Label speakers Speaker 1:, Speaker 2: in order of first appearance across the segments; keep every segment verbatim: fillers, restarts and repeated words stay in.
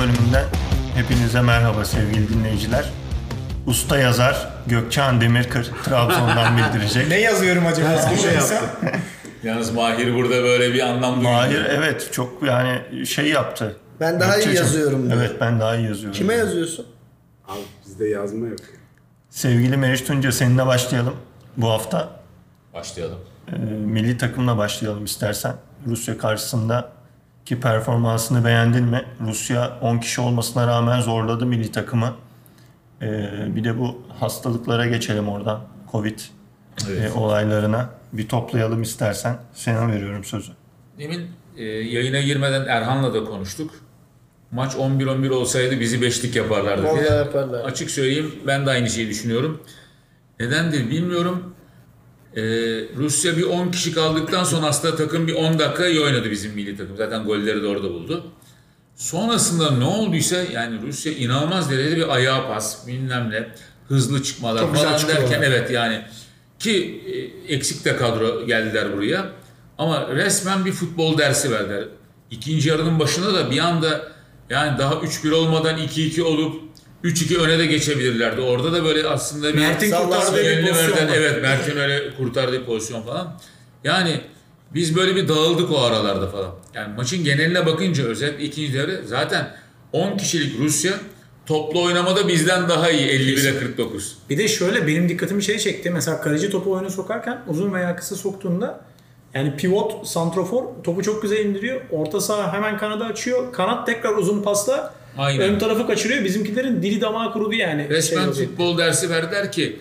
Speaker 1: bölümünden hepinize merhaba sevgili dinleyiciler. Usta yazar Gökçen Demirkır Trabzon'dan bildirecek.
Speaker 2: Ne yazıyorum acaba?
Speaker 3: Nasıl bir şey yaptı?
Speaker 4: Yalnız Mahir burada böyle bir anlam duyuyor.
Speaker 1: Mahir evet çok yani şey yaptı.
Speaker 3: Ben daha iyi
Speaker 1: Gökçe'cim.
Speaker 3: yazıyorum diyor.
Speaker 1: Evet ben daha iyi yazıyorum.
Speaker 3: Kime yazıyorsun?
Speaker 5: Abi bizde yazma yok.
Speaker 1: Sevgili Meriç Tunca seninle başlayalım bu hafta.
Speaker 4: Başlayalım.
Speaker 1: Ee, milli takımla başlayalım istersen. Rusya karşısındaki performansını beğendin mi? Rusya on kişi olmasına rağmen zorladı milli takımı. Ee, bir de bu hastalıklara geçelim oradan. Covid
Speaker 4: Evet.
Speaker 1: e, olaylarına. Bir toplayalım istersen. Sana veriyorum sözü.
Speaker 4: Demin e, yayına girmeden Erhan'la da konuştuk. Maç on bir on bir olsaydı bizi beşlik yaparlardı diye.
Speaker 3: Vallahi yaparlar.
Speaker 4: Açık söyleyeyim ben de aynı şeyi düşünüyorum. Nedendir bilmiyorum. Ee, Rusya bir on kişi kaldıktan sonra aslında takım bir on dakika iyi oynadı bizim milli takım. Zaten golleri de orada buldu. Sonrasında ne olduysa yani Rusya inanılmaz derecede bir ayağa pas, bilmem ne, hızlı çıkmalar
Speaker 3: Çok güzel
Speaker 4: falan
Speaker 3: çıkıyorlar.
Speaker 4: derken evet yani ki e, eksik de kadro geldiler buraya. Ama resmen bir futbol dersi verdiler. İkinci yarının başında da bir anda yani daha üç bir olmadan iki iki olup üç iki öne de geçebilirlerdi. Orada da böyle aslında bir
Speaker 2: Mert'in kurtardığı bir
Speaker 4: Yönlü
Speaker 2: pozisyon
Speaker 4: Mert'in-
Speaker 2: var.
Speaker 4: Evet Mert'in öyle kurtardığı pozisyon falan. Yani biz böyle bir dağıldık o aralarda falan. Yani maçın geneline bakınca özellikle ikinci devre zaten on kişilik Rusya toplu oynamada bizden daha iyi elli bire kırk dokuz.
Speaker 2: Bir de şöyle benim dikkatimi şey çekti. Mesela kaleci topu oyuna sokarken uzun veya kısa soktuğunda yani pivot, santrofor topu çok güzel indiriyor. Orta saha hemen kanadı açıyor. Kanat tekrar uzun pasla
Speaker 4: Aynen.
Speaker 2: ön tarafı kaçırıyor. Bizimkilerin dili damağı kurudu yani.
Speaker 4: Resmen
Speaker 2: Şey oldu.
Speaker 4: futbol dersi verdiler ki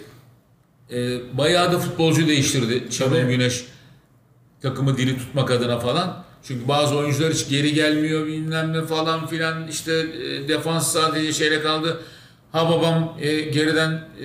Speaker 4: e, bayağı da futbolcu değiştirdi. Şenol
Speaker 2: Tabii.
Speaker 4: Güneş takımı diri tutmak adına falan. Çünkü bazı oyuncular hiç geri gelmiyor bilmem ne falan filan işte e, defans sadece şeyle kaldı. Ha babam e, geriden e,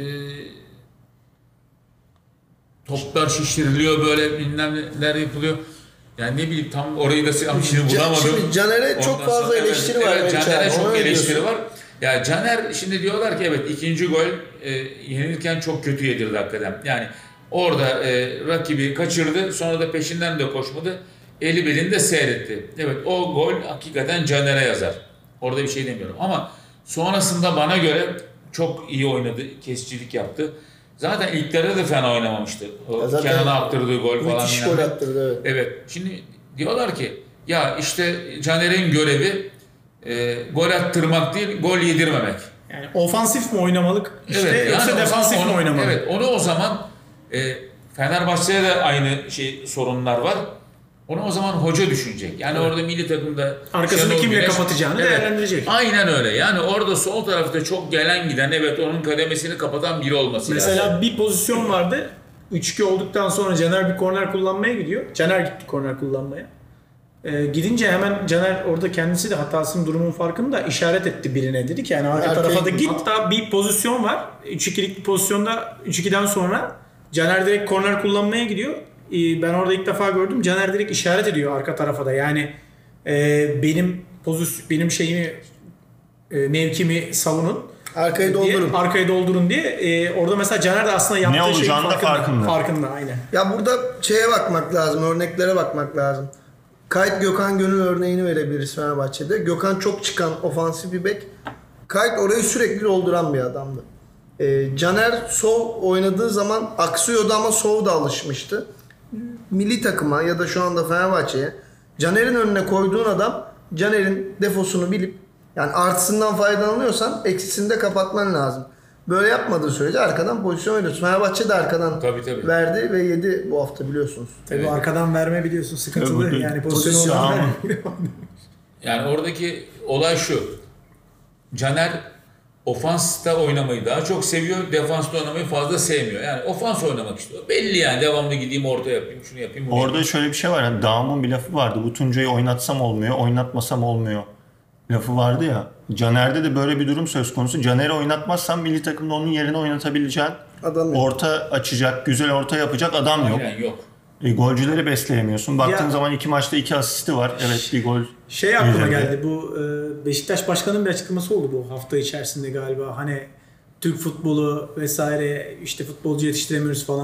Speaker 4: toplar şişiriliyor böyle bilmem neler yapılıyor. Yani ne bileyim tam orayı da tam şimdi
Speaker 3: Can-
Speaker 4: bulamadım.
Speaker 3: şimdi Caner'e çok
Speaker 4: Ondan
Speaker 3: fazla
Speaker 4: sonra-
Speaker 3: eleştiri
Speaker 4: evet,
Speaker 3: var
Speaker 4: Evet,
Speaker 3: Meriç
Speaker 4: Caner'e
Speaker 3: abi,
Speaker 4: çok
Speaker 3: ona ne
Speaker 4: eleştiri
Speaker 3: diyorsun?
Speaker 4: var. Ya Caner şimdi diyorlar ki evet ikinci gol e, yenilirken çok kötü yedirdi hakikaten. Yani orada e, rakibi kaçırdı sonra da peşinden de koşmadı. Eli belinde seyretti. Evet o gol hakikaten Caner'e yazar. Orada bir şey demiyorum ama sonrasında bana göre çok iyi oynadı. Kesicilik yaptı. Zaten ilk yarıda da fena oynamamıştı. O
Speaker 3: Ya zaten
Speaker 4: Kenan'a attırdığı gol falan.
Speaker 3: Müthiş
Speaker 4: filan.
Speaker 3: gol attırdı evet.
Speaker 4: Evet. Şimdi diyorlar ki ya işte Caner'in görevi e, gol attırmak değil, gol yedirmemek.
Speaker 2: Yani ofansif mi oynamalık işte
Speaker 4: Evet,
Speaker 2: yoksa
Speaker 4: yani o
Speaker 2: defansif
Speaker 4: zaman
Speaker 2: mi
Speaker 4: onu-
Speaker 2: oynamalı?
Speaker 4: Evet, onu o zaman e, Fenerbahçe'de de aynı şey sorunlar var. Onu o zaman hoca düşünecek. Yani orada milli takımda
Speaker 2: Arkasını
Speaker 4: Şenol
Speaker 2: kimle
Speaker 4: Güneş-
Speaker 2: kapatacağını değerlendirecek.
Speaker 4: Aynen öyle. Yani orada sol tarafta çok gelen giden evet onun kademesini kapatan biri olması
Speaker 2: Mesela
Speaker 4: lazım.
Speaker 2: bir pozisyon vardı. üç iki olduktan sonra Caner bir korner kullanmaya gidiyor. Caner gitti korner kullanmaya. Ee, gidince hemen Caner orada kendisi de hatasının durumun farkında işaret etti birine. Dedi ki yani arka
Speaker 3: Erkeğe
Speaker 2: tarafa da
Speaker 3: git.
Speaker 2: git. Hatta bir pozisyon var. üç ikilik bir pozisyonda üç ikiden sonra Caner direkt korner kullanmaya gidiyor. Ee, ben orada ilk defa gördüm. Caner direkt işaret ediyor arka tarafa da. Yani e, benim pozisyon benim şeyimi e, mevkimi savunun.
Speaker 3: Arkayı
Speaker 2: diye,
Speaker 3: doldurun.
Speaker 2: arkayı doldurun diye. Ee, orada mesela Caner de aslında yaptığı
Speaker 1: Ne
Speaker 2: şeyin
Speaker 1: olacağını da
Speaker 2: farkında.
Speaker 1: farkında.
Speaker 2: Farkında aynen.
Speaker 3: Ya burada şeye bakmak lazım, örneklere bakmak lazım. Kayıt Gökhan Gönül örneğini verebiliriz Fenerbahçe'de. Gökhan çok çıkan ofansif bir bek. Kayıt orayı sürekli dolduran bir adamdı. Ee, Caner sol oynadığı zaman aksıyordu ama sol da alışmıştı. Milli takıma ya da şu anda Fenerbahçe'ye Caner'in önüne koyduğun adam Caner'in defosunu bilip yani artısından faydalanıyorsan eksisini de kapatman lazım. Böyle yapmadığı sürece arkadan pozisyon veriyorsun. Fenerbahçe de arkadan
Speaker 4: Tabii, tabii.
Speaker 3: verdi ve yedi bu hafta biliyorsunuz.
Speaker 2: Tabii
Speaker 4: Evet.
Speaker 2: arkadan verme biliyorsun sıkıntılı.
Speaker 1: Tabii,
Speaker 2: yani
Speaker 3: pozisyon
Speaker 2: pozisyonu olan
Speaker 1: ama.
Speaker 4: Yani oradaki olay şu. Caner ofansta oynamayı daha çok seviyor. Defansta oynamayı fazla sevmiyor. Yani ofans oynamak istiyor. Belli yani devamlı gideyim orta yapayım, şunu yapayım, bunu
Speaker 1: Orada
Speaker 4: yapayım.
Speaker 1: şöyle bir şey var. Yani Dağım'ın bir lafı vardı. Bu Tuncay'ı oynatsam olmuyor, oynatmasam olmuyor lafı vardı ya. Caner'de de böyle bir durum söz konusu. Caner'i oynatmazsan milli takımda onun yerine oynatabileceğin,
Speaker 3: Adam yok.
Speaker 1: orta açacak, güzel orta yapacak adam yok.
Speaker 4: Aynen yok.
Speaker 1: E, golcüleri besleyemiyorsun. Baktığın
Speaker 2: Ya-
Speaker 1: zaman iki maçta iki asisti var. Evet bir gol.
Speaker 2: Şey aklıma
Speaker 1: üzerinde.
Speaker 2: geldi bu e, Beşiktaş Başkanı'nın bir açıklaması oldu bu hafta içerisinde galiba. Hani Türk futbolu vesaire işte futbolcu yetiştiremiyoruz falan.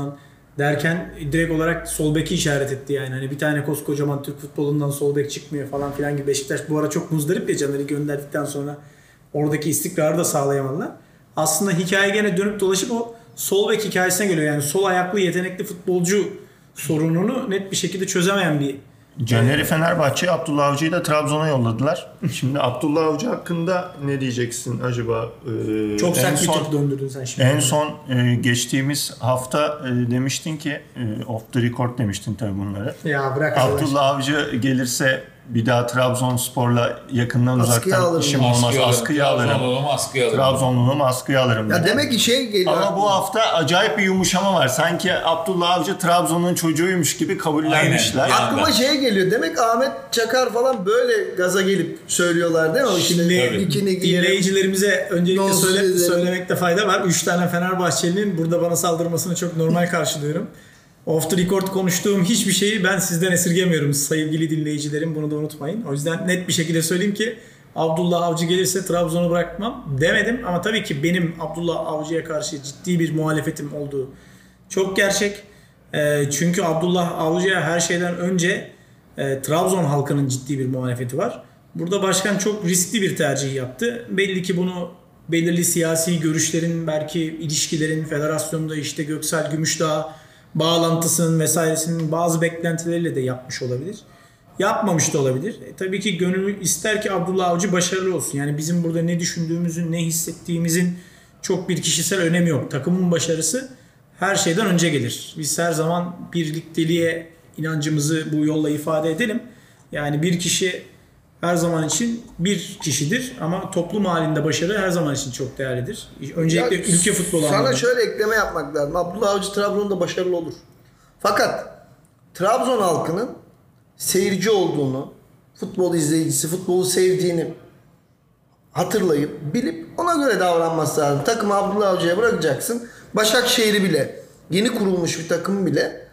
Speaker 2: derken direkt olarak sol beki işaret etti yani. Hani bir tane koskocaman Türk futbolundan sol bek çıkmıyor falan filan gibi. Beşiktaş bu ara çok muzdarip ya, Caner'i gönderdikten sonra oradaki istikrarı da sağlayamadılar. Aslında hikaye gene dönüp dolaşıp o sol bek hikayesine geliyor. Yani sol ayaklı yetenekli futbolcu sorununu net bir şekilde çözemeyen bir
Speaker 1: Caner'i Fenerbahçe'ye, Abdullah Avcı'yı da Trabzon'a yolladılar. Şimdi Abdullah Avcı hakkında ne diyeceksin acaba? Ee,
Speaker 2: çok
Speaker 1: en
Speaker 2: sert bir
Speaker 1: son,
Speaker 2: top döndürdün sen şimdi.
Speaker 1: En son e, geçtiğimiz hafta e, demiştin ki e, off the record demiştin tabii bunları.
Speaker 2: Ya bırak
Speaker 1: Abdullah Avcı gelirse bir daha Trabzonspor'la yakından
Speaker 3: Askıya
Speaker 1: uzaktan
Speaker 3: alırım.
Speaker 1: işim olmaz. Askıya alırım.
Speaker 4: Trabzonluğumu askıya alırım.
Speaker 1: Trabzonluğumu askıya alırım.
Speaker 3: Ya
Speaker 1: dedi.
Speaker 3: demek ki şey geliyor.
Speaker 1: Ama bu hafta acayip bir yumuşama var. Sanki Abdullah Avcı Trabzon'un çocuğuymuş gibi kabullenmişler.
Speaker 4: Aynen.
Speaker 3: Aklıma şey geliyor. Demek Ahmet Çakar falan böyle gaza gelip söylüyorlar değil mi? O
Speaker 2: Şimdi
Speaker 3: işte ikini giyelim.
Speaker 2: dinleyicilerimize öncelikle
Speaker 3: Nonsuz
Speaker 2: söyle,
Speaker 3: edelim.
Speaker 2: söylemekte fayda var. Üç tane Fenerbahçeli'nin burada bana saldırmasını çok normal karşılıyorum. Off the record konuştuğum hiçbir şeyi ben sizden esirgemiyorum sevgili dinleyicilerim. Bunu da unutmayın. O yüzden net bir şekilde söyleyeyim ki Abdullah Avcı gelirse Trabzon'u bırakmam demedim. Ama tabii ki benim Abdullah Avcı'ya karşı ciddi bir muhalefetim olduğu çok gerçek. E, çünkü Abdullah Avcı'ya her şeyden önce e, Trabzon halkının ciddi bir muhalefeti var. Burada başkan çok riskli bir tercih yaptı. Belli ki bunu belirli siyasi görüşlerin, belki ilişkilerin, federasyonda işte Göksel Gümüşdağ bağlantısının vesairesinin bazı beklentileriyle de yapmış olabilir. Yapmamış da olabilir. E, tabii ki gönül ister ki Abdullah Avcı başarılı olsun. Yani bizim burada ne düşündüğümüzün, ne hissettiğimizin çok bir kişisel önemi yok. Takımın başarısı her şeyden önce gelir. Biz her zaman birlikteliğe inancımızı bu yolla ifade edelim. Yani bir kişi her zaman için bir kişidir ama toplum halinde başarı her zaman için çok değerlidir. Öncelikle
Speaker 3: Ya,
Speaker 2: ülke futbolu
Speaker 3: sana
Speaker 2: anlamında.
Speaker 3: şöyle ekleme yapmak lazım. Abdullah Avcı Trabzon'da başarılı olur. Fakat Trabzon halkının seyirci olduğunu, futbol izleyicisi, futbolu sevdiğini hatırlayıp, bilip ona göre davranması lazım. Takımı Abdullah Avcı'ya bırakacaksın. Başakşehir'i bile, yeni kurulmuş bir takım bile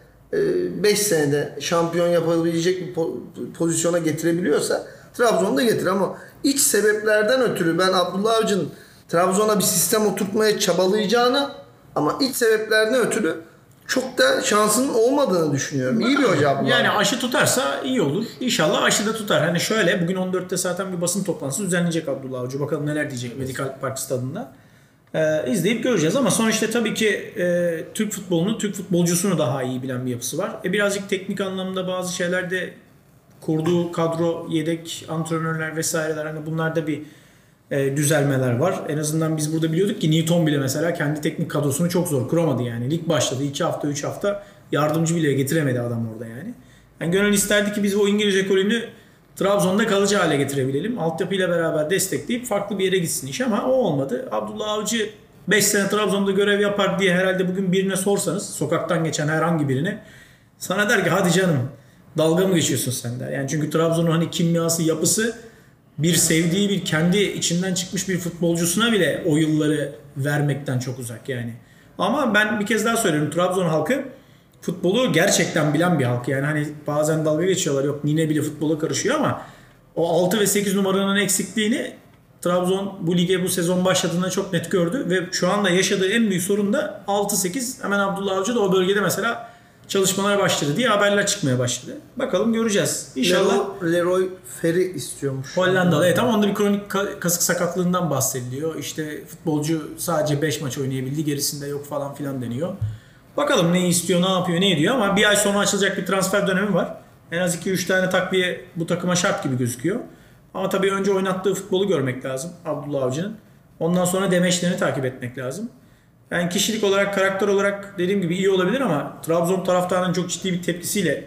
Speaker 3: beş senede şampiyon yapabilecek bir pozisyona getirebiliyorsa Trabzon'da getir. Ama iç sebeplerden ötürü ben Abdullah Avcı'nın Trabzon'a bir sistem oturtmaya çabalayacağını ama iç sebeplerden ötürü çok da şansının olmadığını düşünüyorum. İyi bir hoca Abdullah.
Speaker 2: Yani aşı tutarsa iyi olur. İnşallah aşı da tutar. Hani şöyle, bugün on dörtte zaten bir basın toplantısı düzenleyecek Abdullah Avcı. Bakalım neler diyecek Medical Park stadında. Ee, izleyip göreceğiz ama sonuçta tabii ki e, Türk futbolunu, Türk futbolcusunu daha iyi bilen bir yapısı var. E, birazcık teknik anlamda bazı şeylerde kurduğu kadro, yedek antrenörler vesaireler, hani bunlarda bir e, düzelmeler var. En azından biz burada biliyorduk ki Newton bile mesela kendi teknik kadrosunu çok zor kuramadı yani. Lig başladı iki hafta üç hafta yardımcı bile getiremedi adam orada yani. Yani gönül isterdi ki biz o İngiliz ekolünü Trabzon'da kalıcı hale getirebilelim. Altyapıyla beraber destekleyip farklı bir yere gitsin iş ama o olmadı. Abdullah Avcı beş sene Trabzon'da görev yapar diye herhalde bugün birine sorsanız, sokaktan geçen herhangi birine, sana der ki hadi canım dalga mı geçiyorsun sen der. Yani çünkü Trabzon'un hani kimyası, yapısı bir sevdiği, bir kendi içinden çıkmış bir futbolcusuna bile o yılları vermekten çok uzak yani. Ama ben bir kez daha söylüyorum, Trabzon halkı futbolu gerçekten bilen bir halk. Yani hani bazen dalga geçiyorlar, yok Nine bile futbola karışıyor ama o altı ve sekiz numaranın eksikliğini Trabzon bu lige bu sezon başladığında çok net gördü ve şu anda yaşadığı en büyük sorun da altı sekiz. Hemen Abdullah Avcı da o bölgede mesela çalışmalar başladı diye haberler çıkmaya başladı. Bakalım göreceğiz. İnşallah.
Speaker 3: Leroy, Leroy Ferri istiyormuş.
Speaker 2: Hollandalı. Evet ama onda bir kronik kasık sakatlığından bahsediliyor. İşte futbolcu sadece beş maç oynayabildi, gerisinde yok falan filan deniyor. Bakalım ne istiyor, ne yapıyor, ne ediyor ama bir ay sonra açılacak bir transfer dönemi var. En az iki üç tane takviye bu takıma şart gibi gözüküyor. Ama tabii önce oynattığı futbolu görmek lazım Abdullah Avcı'nın. Ondan sonra demeçlerini takip etmek lazım. Yani kişilik olarak, karakter olarak dediğim gibi iyi olabilir ama Trabzon taraftarının çok ciddi bir tepkisiyle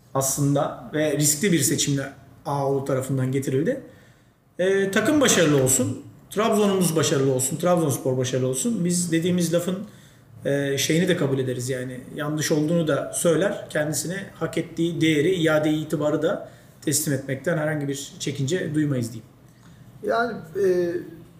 Speaker 2: aslında ve riskli bir seçimle Ağoğlu tarafından getirildi. Ee, takım başarılı olsun, Trabzon'umuz başarılı olsun, Trabzonspor başarılı olsun. Biz dediğimiz lafın e, şeyini de kabul ederiz yani. Yanlış olduğunu da söyler, kendisine hak ettiği değeri, iade itibarı da teslim etmekten herhangi bir çekince duymayız diyeyim.
Speaker 3: Yani e,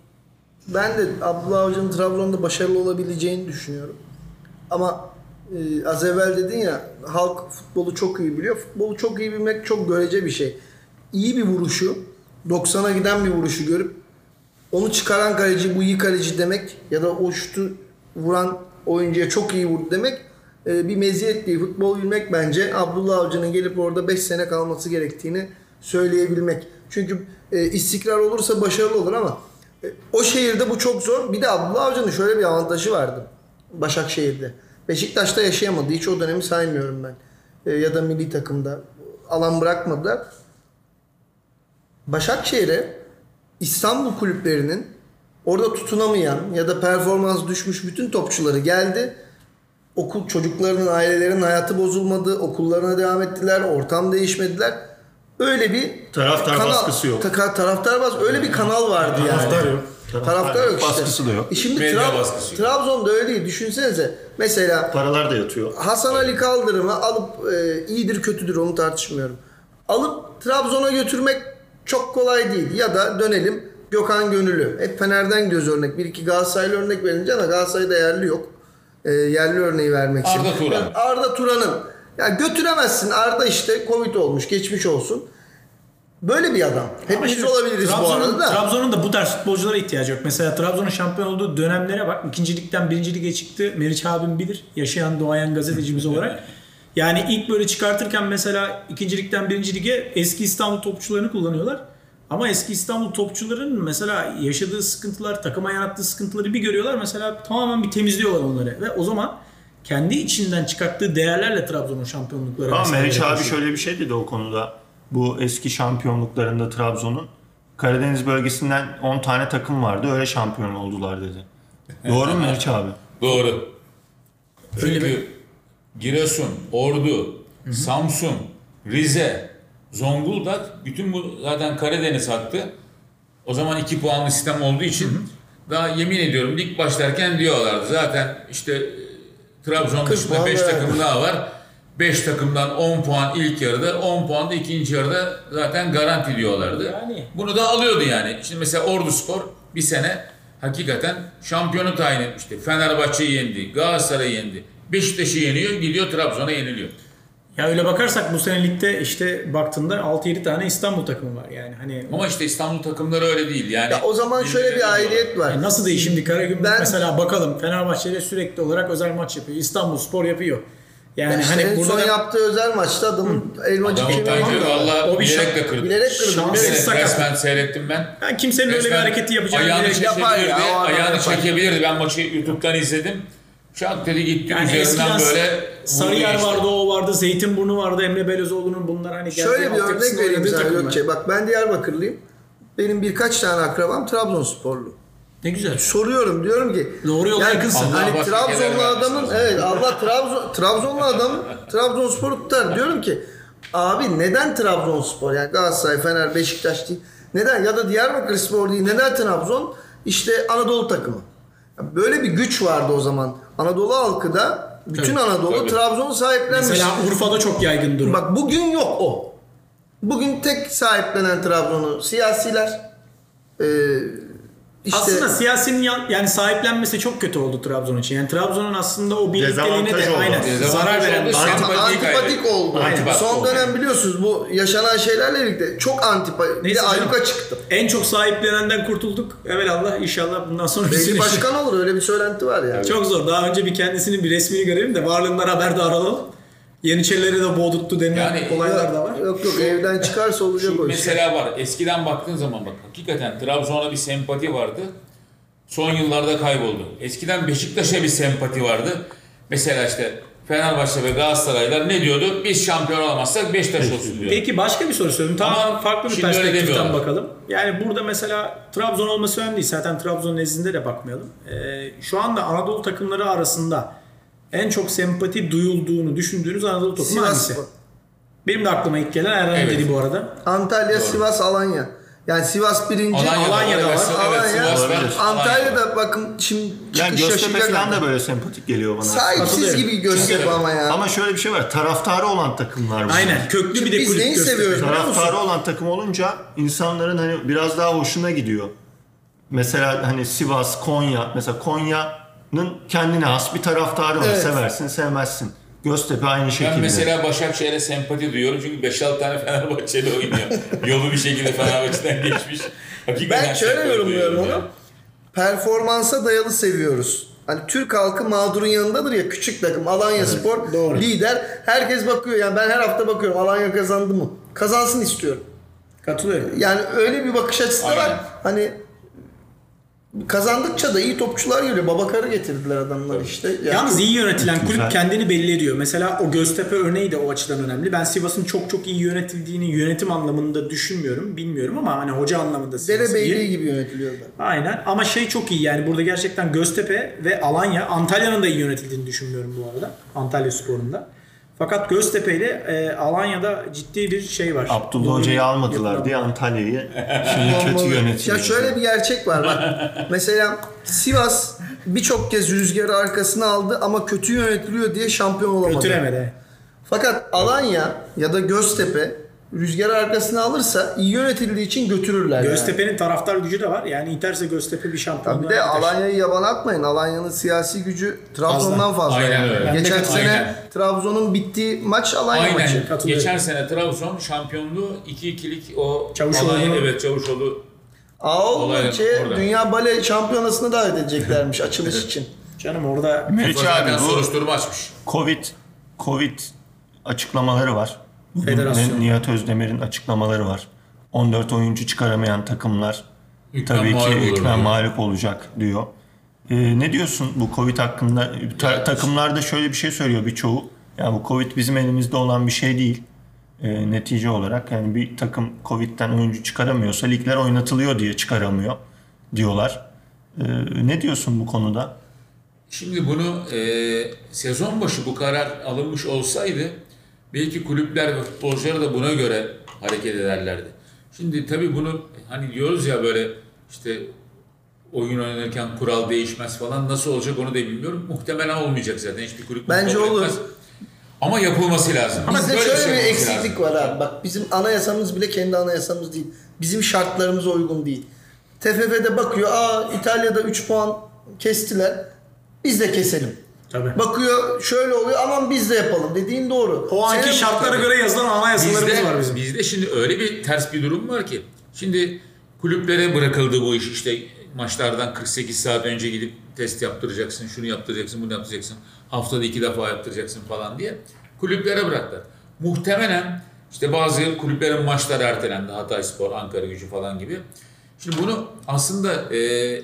Speaker 3: ben de Abdullah Avcı'nın Trabzon'da başarılı olabileceğini düşünüyorum. Ama e, az evvel dedin ya, halk futbolu çok iyi biliyor. Futbolu çok iyi bilmek çok görece bir şey. İyi bir vuruşu, doksana giden bir vuruşu görüp onu çıkaran kaleci bu iyi kaleci demek ya da o şutu vuran oyuncuya çok iyi vurdu demek e, bir meziyet değil. Futbol bilmek bence Abdullah Avcı'nın gelip orada beş sene kalması gerektiğini söyleyebilmek. Çünkü e, istikrar olursa başarılı olur ama e, o şehirde bu çok zor. Bir de Abdullah Avcı'nın şöyle bir avantajı vardı Başakşehir'de. Beşiktaş'ta yaşayamadı. Hiç o dönemi saymıyorum ben. E, ya da milli takımda. Alan bırakmadılar. Başakşehir'e İstanbul kulüplerinin orada tutunamayan ya da performans düşmüş bütün topçuları geldi. Okul çocuklarının, ailelerin hayatı bozulmadı. Okullarına devam ettiler. Ortam değişmediler. Öyle bir
Speaker 1: Taraftar
Speaker 3: kanal,
Speaker 1: baskısı yok.
Speaker 3: Ta, taraftar baskısı. Öyle bir kanal vardı yani.
Speaker 2: Taraftar yok.
Speaker 3: Taraftar yok işte.
Speaker 1: Baskısı da yok.
Speaker 3: E şimdi
Speaker 4: Medya
Speaker 3: Trab-
Speaker 4: baskısı yok.
Speaker 3: Trabzon'da öyle değil. Düşünsenize. Mesela
Speaker 1: Paralar da yatıyor.
Speaker 3: Hasan Ali Kaldırım'ı alıp e, iyidir kötüdür onu tartışmıyorum. Alıp Trabzon'a götürmek çok kolay değil. Ya da dönelim Gökhan Gönüllü. Hep Fener'den göz örnek. Bir iki Galatasaraylı örnek verince ama Galatasaray'da yerli yok. E, yerli örneği vermek için.
Speaker 4: Arda Turan.
Speaker 3: Yani Arda Turan'ın. Ya götüremezsin. Arda işte Covid olmuş. Geçmiş olsun. Böyle bir adam. Hepimiz
Speaker 2: işte
Speaker 3: olabiliriz bu
Speaker 2: Trabzon'un-
Speaker 3: arada da.
Speaker 2: Trabzon'un da bu tarz futbolculara ihtiyacı yok. Mesela Trabzon'un şampiyon olduğu dönemlere bak. İkincilikten birinci lige çıktı. Meriç abim bilir. Yaşayan doğayan gazetecimiz olarak. Yani ilk böyle çıkartırken mesela ikincilikten birinci lige eski İstanbul topçularını kullanıyorlar. Ama eski İstanbul topçuların mesela yaşadığı sıkıntılar, takıma yarattığı sıkıntıları bir görüyorlar. Mesela tamamen bir temizliyorlar onları. Ve o zaman kendi içinden çıkarttığı değerlerle Trabzon'un şampiyonlukları.
Speaker 1: Ama
Speaker 2: mesela
Speaker 1: Meriç abi
Speaker 2: yaklaşıyor.
Speaker 1: şöyle bir şey dedi o konuda. Bu eski şampiyonluklarında Trabzon'un Karadeniz bölgesinden on tane takım vardı. Öyle şampiyon oldular dedi. Doğru mu Meriç abi?
Speaker 4: Doğru.
Speaker 2: Öyle
Speaker 4: Çünkü Giresun, Ordu, Samsun, Rize, Zonguldak bütün bu zaten Karadeniz hattı. O zaman iki puanlı sistem olduğu için daha yemin ediyorum lig başlarken diyorlardı. Zaten işte Trabzon
Speaker 3: kırk
Speaker 4: dışında
Speaker 3: puan
Speaker 4: beş
Speaker 3: verdi.
Speaker 4: takım daha var. beş takımdan on puan ilk yarıda, on puan da ikinci yarıda zaten garanti diyorlardı.
Speaker 2: Yani.
Speaker 4: Bunu da alıyordu yani. Şimdi mesela Orduspor bir sene hakikaten şampiyonu tayin etmişti. Fenerbahçe'yi yendi, Galatasaray'ı yendi. Beşiktaş'ı yeniyor, gidiyor Trabzon'a yeniliyor.
Speaker 2: Ya öyle bakarsak bu sene ligde işte baktığında altı yedi tane İstanbul takımı var yani hani
Speaker 4: Ama işte İstanbul takımları öyle değil. Yani
Speaker 3: Ya o zaman şöyle bir aidiyet var.
Speaker 2: yani nasıl değil şimdi Karagümrük
Speaker 3: Ben-
Speaker 2: mesela bakalım Fenerbahçe ile sürekli olarak özel maç yapıyor. İstanbulspor yapıyor. Yani
Speaker 3: İşte
Speaker 2: hani
Speaker 3: en
Speaker 2: burada
Speaker 3: son
Speaker 2: da
Speaker 3: yaptığı özel maçta adamın elmacık
Speaker 4: Adamın
Speaker 3: kemiği
Speaker 4: bence
Speaker 3: var.
Speaker 4: valla
Speaker 2: O bir
Speaker 4: bilerek
Speaker 2: şans-
Speaker 4: de kırdı.
Speaker 3: Bilerek kırdı.
Speaker 2: Şans-
Speaker 3: bilerek.
Speaker 4: Evet,
Speaker 2: sakat.
Speaker 4: resmen seyrettim ben.
Speaker 2: yani kimsenin öyle bir
Speaker 4: Resmen
Speaker 2: hareketi yapacağını
Speaker 4: ayağını
Speaker 2: bilerek-
Speaker 3: Yapar ya,
Speaker 4: çekebilirdi.
Speaker 3: o adam
Speaker 4: Ayağını
Speaker 3: yapar.
Speaker 4: çekebilirdi. Ben maçı YouTube'dan izledim. Şak dedi gitti
Speaker 2: Yani
Speaker 4: üzerinden
Speaker 2: eskiden
Speaker 4: böyle
Speaker 2: Sarıyer
Speaker 4: vurdu
Speaker 2: vardı,
Speaker 4: geçti.
Speaker 2: o vardı, Zeytinburnu vardı, Emre Belözoğlu'nun bunlar hani geldiği
Speaker 3: Şöyle bir örnek
Speaker 2: altyapısında
Speaker 3: vereyim
Speaker 2: oynadığı
Speaker 3: sana
Speaker 2: takımlar.
Speaker 3: Gökçe. Bak ben Diyarbakırlıyım. Benim birkaç tane akrabam Trabzonsporlu.
Speaker 2: Ne güzel.
Speaker 3: Soruyorum diyorum ki
Speaker 2: Doğru yola
Speaker 3: yani
Speaker 2: yakınsın.
Speaker 4: Allah
Speaker 3: Hani
Speaker 4: başka
Speaker 3: Trabzonlu
Speaker 4: şeyler
Speaker 3: adamın
Speaker 4: vermesin.
Speaker 3: evet Allah Trabzon Trabzonlu adam Trabzonspor'u tutar. Diyorum ki abi neden Trabzonspor? Yani Galatasaray, Fener, Beşiktaş değil. Neden? Ya da Diyarbakırspor değil. Neden Trabzon? İşte Anadolu takımı. Böyle bir güç vardı o zaman. Anadolu halkı da bütün
Speaker 2: Tabii,
Speaker 3: Anadolu
Speaker 4: tabii.
Speaker 3: Trabzon'u sahiplenmiş.
Speaker 2: Mesela Urfa'da çok yaygındır o.
Speaker 3: Bak bugün yok o. Bugün tek sahiplenen Trabzon'u siyasiler. Ee, işte
Speaker 2: Aslında siyasinin yan- yani sahiplenmesi çok kötü oldu Trabzon için. Yani Trabzon'un aslında o birlikteliğine
Speaker 1: Dezavantaj
Speaker 2: de
Speaker 1: oldu.
Speaker 2: aynen
Speaker 4: Dezavantaj
Speaker 2: zarar veren
Speaker 4: oldu.
Speaker 2: bir şey.
Speaker 4: Sempati
Speaker 3: antipatik
Speaker 4: kaybetti.
Speaker 3: oldu.
Speaker 4: Antipatik
Speaker 3: Son
Speaker 4: oldu.
Speaker 3: dönem biliyorsunuz bu yaşanan şeylerle birlikte çok antipatik. Bir de
Speaker 2: Neyse canım.
Speaker 3: ayyuka çıktı.
Speaker 2: En çok sahiplenenden kurtulduk. Evelallah inşallah bundan sonra
Speaker 3: Belki
Speaker 2: bizim
Speaker 3: başkan olur öyle bir söylenti var yani.
Speaker 2: Çok zor. Daha önce bir kendisinin bir resmini görelim de varlığından haberdar olalım. Yeniçerileri de boğdurttu denilen
Speaker 4: Yani-
Speaker 2: olaylar da var.
Speaker 3: Yok yok evden çıkarsa olacak
Speaker 4: Şu
Speaker 3: o iş.
Speaker 4: mesela var. Eskiden baktığın zaman bak hakikaten Trabzon'a bir sempati vardı. Son yıllarda kayboldu. Eskiden Beşiktaş'a bir sempati vardı. Mesela işte Fenerbahçe ve Galatasaraylar ne diyordu? Biz şampiyon olamazsak Beşiktaş olsun diyor.
Speaker 2: Peki başka bir soru sorayım. Tamam
Speaker 4: Ama
Speaker 2: farklı bir
Speaker 4: şimdi öyle
Speaker 2: perspektiften
Speaker 4: demiyorlar.
Speaker 2: bakalım. Yani burada mesela Trabzon olması önemli değil. Zaten Trabzon nezdinde de bakmayalım. Ee, şu anda Anadolu takımları arasında en çok sempati duyulduğunu düşündüğünüz Anadolu takımı
Speaker 3: Sivas
Speaker 2: hangisi?
Speaker 3: Spor.
Speaker 2: Benim de aklıma ilk gelen Eren
Speaker 4: Evet.
Speaker 2: dedi bu arada.
Speaker 3: Antalya, Sivas, Alanya. Yani Sivas birinci.
Speaker 4: Alanya'da,
Speaker 2: Alanya'da
Speaker 4: evet,
Speaker 2: var.
Speaker 4: evet,
Speaker 3: Alanya.
Speaker 4: Sivas var.
Speaker 1: Olabilir.
Speaker 3: Antalya'da bakın şimdi
Speaker 1: Yani
Speaker 3: çıkış
Speaker 1: Göztepe
Speaker 3: yaşayacak
Speaker 1: falan da
Speaker 3: ama.
Speaker 1: böyle sempatik geliyor bana.
Speaker 3: Sahipsiz
Speaker 2: Katılıyorum.
Speaker 3: gibi Göztepe
Speaker 4: Çünkü-
Speaker 3: ama ya.
Speaker 1: Ama şöyle bir şey var. Taraftarı olan takımlar bunlar.
Speaker 2: Aynen. Köklü bir de
Speaker 3: Biz
Speaker 2: kulüp
Speaker 3: neyi
Speaker 2: Göztepe.
Speaker 3: seviyoruz?
Speaker 1: Taraftarı olan takım olunca insanların hani biraz daha hoşuna gidiyor. Mesela hani Sivas, Konya. Mesela Konya'nın kendine has bir taraftarı var.
Speaker 3: Evet.
Speaker 1: Seversin, sevmezsin. Göztepe aynı şekilde.
Speaker 4: Ben mesela Başakşehir'e sempati duyuyorum çünkü beş altı tane Fenerbahçeli oynuyor. Yolu bir şekilde Fenerbahçe'den geçmiş. Hakikaten
Speaker 3: Ben şöyle
Speaker 4: sempati
Speaker 3: yorumluyorum
Speaker 4: duyuyorum
Speaker 3: onu.
Speaker 4: ya.
Speaker 3: Performansa dayalı seviyoruz. Hani Türk halkı mağdurun yanındadır ya, küçük takım Alanya Spor
Speaker 2: doğru.
Speaker 3: lider. Herkes bakıyor yani, ben her hafta bakıyorum Alanya kazandı mı? Kazansın istiyorum.
Speaker 2: Katılıyorum.
Speaker 3: Yani öyle bir bakış açısı da
Speaker 4: Aynen.
Speaker 3: var. Hani kazandıkça da iyi topçular geliyor. Babakar'ı getirdiler adamlar işte. Yani
Speaker 2: Yalnız iyi yönetilen kulüp
Speaker 1: Güzel.
Speaker 2: kendini belli ediyor. Mesela o Göztepe örneği de o açıdan önemli. Ben Sivas'ın çok çok iyi yönetildiğini yönetim anlamında düşünmüyorum. Bilmiyorum ama hani hoca anlamında Sivas iyi.
Speaker 3: Derebeyliği gibi yönetiliyorlar.
Speaker 2: Aynen ama şey çok iyi yani burada gerçekten Göztepe ve Alanya, Antalya'nın da iyi yönetildiğini düşünmüyorum bu arada. Antalya Spor'un da. Fakat Göztepe ile e, Alanya'da ciddi bir şey var.
Speaker 1: Abdullah Hoca'yı almadılar diye Antalya'yı şimdi kötü yönetiyor.
Speaker 3: Ya şöyle bir gerçek var bak. Mesela Sivas birçok kez rüzgarı arkasına aldı ama kötü yönetiliyor diye şampiyon olamadı.
Speaker 2: Götüremedi.
Speaker 3: Fakat Alanya ya da Göztepe rüzgarı arkasına alırsa iyi yönetildiği için götürürler. yani.
Speaker 2: Göztepe'nin taraftar gücü de var. Yani iterse Göztepe bir şampiyonluğa
Speaker 3: Bir de
Speaker 2: gider.
Speaker 3: Alanya'yı yaban atmayın. Alanya'nın siyasi gücü Trabzon'dan fazla.
Speaker 4: Aynen
Speaker 3: yani.
Speaker 4: öyle.
Speaker 2: Ben de
Speaker 3: Geçen
Speaker 2: katılıyorum.
Speaker 3: sene
Speaker 4: Aynen.
Speaker 3: Trabzon'un bittiği maç Alanya
Speaker 4: Aynen.
Speaker 3: maçı.
Speaker 2: Katılıyorum.
Speaker 4: Geçen sene Trabzon şampiyonluğu iki ikilik o
Speaker 2: Çavuşoğlu.
Speaker 4: Alanya- evet Çavuşoğlu
Speaker 3: Ağol
Speaker 4: Olay
Speaker 3: şey,
Speaker 4: orada.
Speaker 3: Dünya Bale Şampiyonası'na davet edeceklermiş açılış için.
Speaker 2: Canım orada
Speaker 1: Meriç abi
Speaker 4: zaten
Speaker 1: bu
Speaker 4: soruşturma açmış.
Speaker 1: Covid Covid açıklamaları var. Bugün
Speaker 2: Federasyon.
Speaker 1: de Nihat Özdemir'in açıklamaları var. on dört oyuncu çıkaramayan takımlar
Speaker 4: Hükmen
Speaker 1: tabii ki
Speaker 4: mağlup olur
Speaker 1: hükmen
Speaker 4: diyor.
Speaker 1: mağlup olacak diyor. Ee, ne diyorsun bu Covid hakkında? Ta-
Speaker 4: Ya-
Speaker 1: takımlarda şöyle bir şey söylüyor birçoğu. Yani bu Covid bizim elimizde olan bir şey değil. Ee, netice olarak yani bir takım Covid'den oyuncu çıkaramıyorsa ligler oynatılıyor diye çıkaramıyor diyorlar. Ee, ne diyorsun bu konuda?
Speaker 4: Şimdi bunu e, sezon başı bu karar alınmış olsaydı belki kulüpler ve futbolcular da buna göre hareket ederlerdi. Şimdi tabii bunu hani diyoruz ya böyle işte oyun oynanırken kural değişmez falan, nasıl olacak onu da bilmiyorum. Muhtemelen olmayacak zaten, hiçbir kulüp bunu
Speaker 3: Bence
Speaker 4: kabul
Speaker 3: olur.
Speaker 4: etmez. Ama yapılması lazım.
Speaker 3: Bizde
Speaker 4: Böyle
Speaker 3: şöyle bir
Speaker 4: şey olması
Speaker 3: eksiklik
Speaker 4: lazım.
Speaker 3: var abi. Bak bizim anayasamız bile kendi anayasamız değil. Bizim şartlarımıza uygun değil. T F F'de bakıyor, aa İtalya'da üç puan kestiler. Biz de keselim.
Speaker 2: tabii.
Speaker 3: Bakıyor şöyle oluyor, aman biz de yapalım dediğin doğru.
Speaker 2: O anki
Speaker 3: Senin-
Speaker 2: şartlara göre yazılan anayasalarımız
Speaker 4: Bizde,
Speaker 2: var bizim.
Speaker 4: bizde şimdi öyle bir ters bir durum var ki, şimdi kulüplere bırakıldı bu iş, işte maçlardan kırk sekiz saat önce gidip test yaptıracaksın, şunu yaptıracaksın, bunu yaptıracaksın, haftada iki defa yaptıracaksın falan diye kulüplere bıraktılar. Muhtemelen işte bazı kulüplerin maçları ertelendi, Hatayspor, Ankaragücü falan gibi. Şimdi bunu aslında e,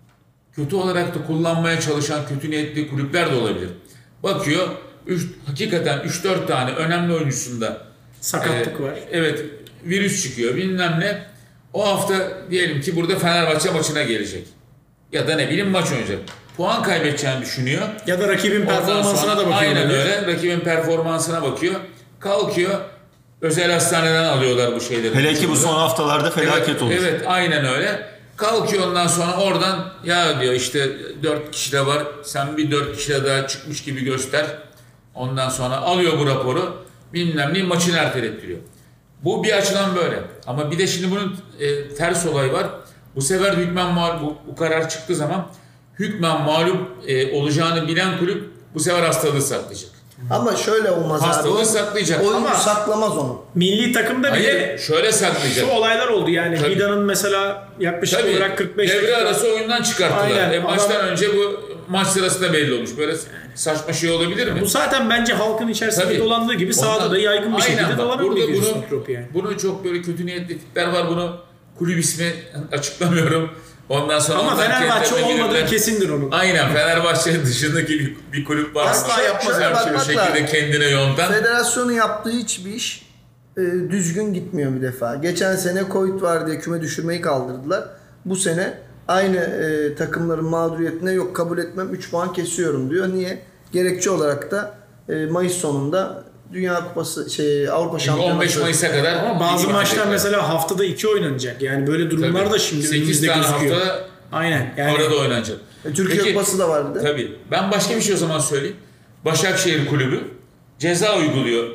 Speaker 4: kötü olarak da kullanmaya çalışan kötü niyetli kulüpler de olabilir. Bakıyor, üç, hakikaten üç dört tane önemli oyuncusunda
Speaker 2: Sakatlık
Speaker 4: e,
Speaker 2: var.
Speaker 4: Evet, virüs çıkıyor bilmem ne. O hafta diyelim ki burada Fenerbahçe maçına gelecek. Ya da ne bileyim maç oynayacak. Puan kaybedeceğini düşünüyor.
Speaker 2: Ya da rakibin
Speaker 4: Ondan
Speaker 2: performansına
Speaker 4: sonra-
Speaker 2: da bakıyor.
Speaker 4: Aynen
Speaker 2: böyle.
Speaker 4: öyle. Rakibin performansına bakıyor. Kalkıyor. Özel hastaneden alıyorlar bu şeyleri.
Speaker 1: Hele ki bu son
Speaker 4: Vücuduna.
Speaker 1: haftalarda felaket
Speaker 4: evet,
Speaker 1: olur.
Speaker 4: Evet, aynen öyle. Kalkıyor ondan sonra oradan, ya diyor işte dört kişi de var. Sen bir dört kişi de daha çıkmış gibi göster. Ondan sonra alıyor bu raporu. Bilmem ne, maçını ertelettiriyor. Bu bir açıdan böyle. Ama bir de şimdi bunun e, ters olayı var. Bu sefer hükmen mağlup, bu, bu karar çıktığı zaman hükmen mağlup e, olacağını bilen kulüp bu sefer hastalığı saklayacak.
Speaker 3: Ama şöyle olmaz
Speaker 4: Hastalığı
Speaker 3: abi.
Speaker 4: saklayacak.
Speaker 3: Oyuncu
Speaker 2: Ama-
Speaker 3: saklamaz onu.
Speaker 2: Milli takımda bile
Speaker 4: Hayır, şöyle saklayacak.
Speaker 2: şu olaylar oldu yani.
Speaker 4: Tabii.
Speaker 2: Vida'nın mesela yaklaşık
Speaker 4: Tabii,
Speaker 2: olarak kırk beş
Speaker 4: devre
Speaker 2: dakika.
Speaker 4: arası oyundan çıkarttılar.
Speaker 2: Aynen,
Speaker 4: E, maçtan
Speaker 2: adam-
Speaker 4: önce bu maç sırasında belli olmuş. Böyle saçma şey olabilir mi?
Speaker 2: Bu zaten bence halkın içerisinde
Speaker 4: Tabii.
Speaker 2: dolandığı gibi sahada
Speaker 4: Ondan-
Speaker 2: da yaygın bir
Speaker 4: Aynen
Speaker 2: şekilde
Speaker 4: bak,
Speaker 2: dolanıyor
Speaker 4: burada
Speaker 2: bir virüs
Speaker 4: bunu-
Speaker 2: mikrobu yani.
Speaker 4: Bunu çok böyle kötü niyetli tipler var. Bunu kulüp ismi açıklamıyorum. Ondan sonra
Speaker 2: Ama
Speaker 4: ondan
Speaker 2: Fenerbahçe
Speaker 4: kendilerine
Speaker 2: olmadığı
Speaker 4: gelirler.
Speaker 2: kesindir onun.
Speaker 4: Aynen, Fenerbahçe dışındaki bir, bir kulüp var.
Speaker 2: Asla
Speaker 4: Şöyle-
Speaker 2: yapmaz
Speaker 3: öyle bir şey.
Speaker 4: Bu
Speaker 3: bakmak
Speaker 4: şekilde
Speaker 3: lazım.
Speaker 4: kendine yontan.
Speaker 3: Federasyonun yaptığı hiçbir iş e, düzgün gitmiyor bir defa. Geçen sene Covid var diye küme düşürmeyi kaldırdılar. Bu sene aynı e, takımların mağduriyetine yok kabul etmem üç puan kesiyorum diyor. Niye? Gerekçe olarak da e, Mayıs sonunda Dünya Kupası şey Avrupa Şampiyonası.
Speaker 4: on beş Mayıs'a kadar.
Speaker 2: Ama bazı
Speaker 4: ligi
Speaker 2: maçlar
Speaker 4: bitecekler.
Speaker 2: mesela haftada iki oynanacak. Yani böyle durumlar
Speaker 4: Tabii.
Speaker 2: da şimdi
Speaker 4: sekiz
Speaker 2: önümüzde
Speaker 4: tane
Speaker 2: gözüküyor.
Speaker 4: hafta
Speaker 2: Aynen. Yani
Speaker 4: arada oynanacak.
Speaker 3: E, Türkiye
Speaker 4: Peki-
Speaker 3: Kupası da var bir de.
Speaker 4: Tabii. Ben başka bir şey o zaman söyleyeyim. Başakşehir Kulübü ceza uyguluyor.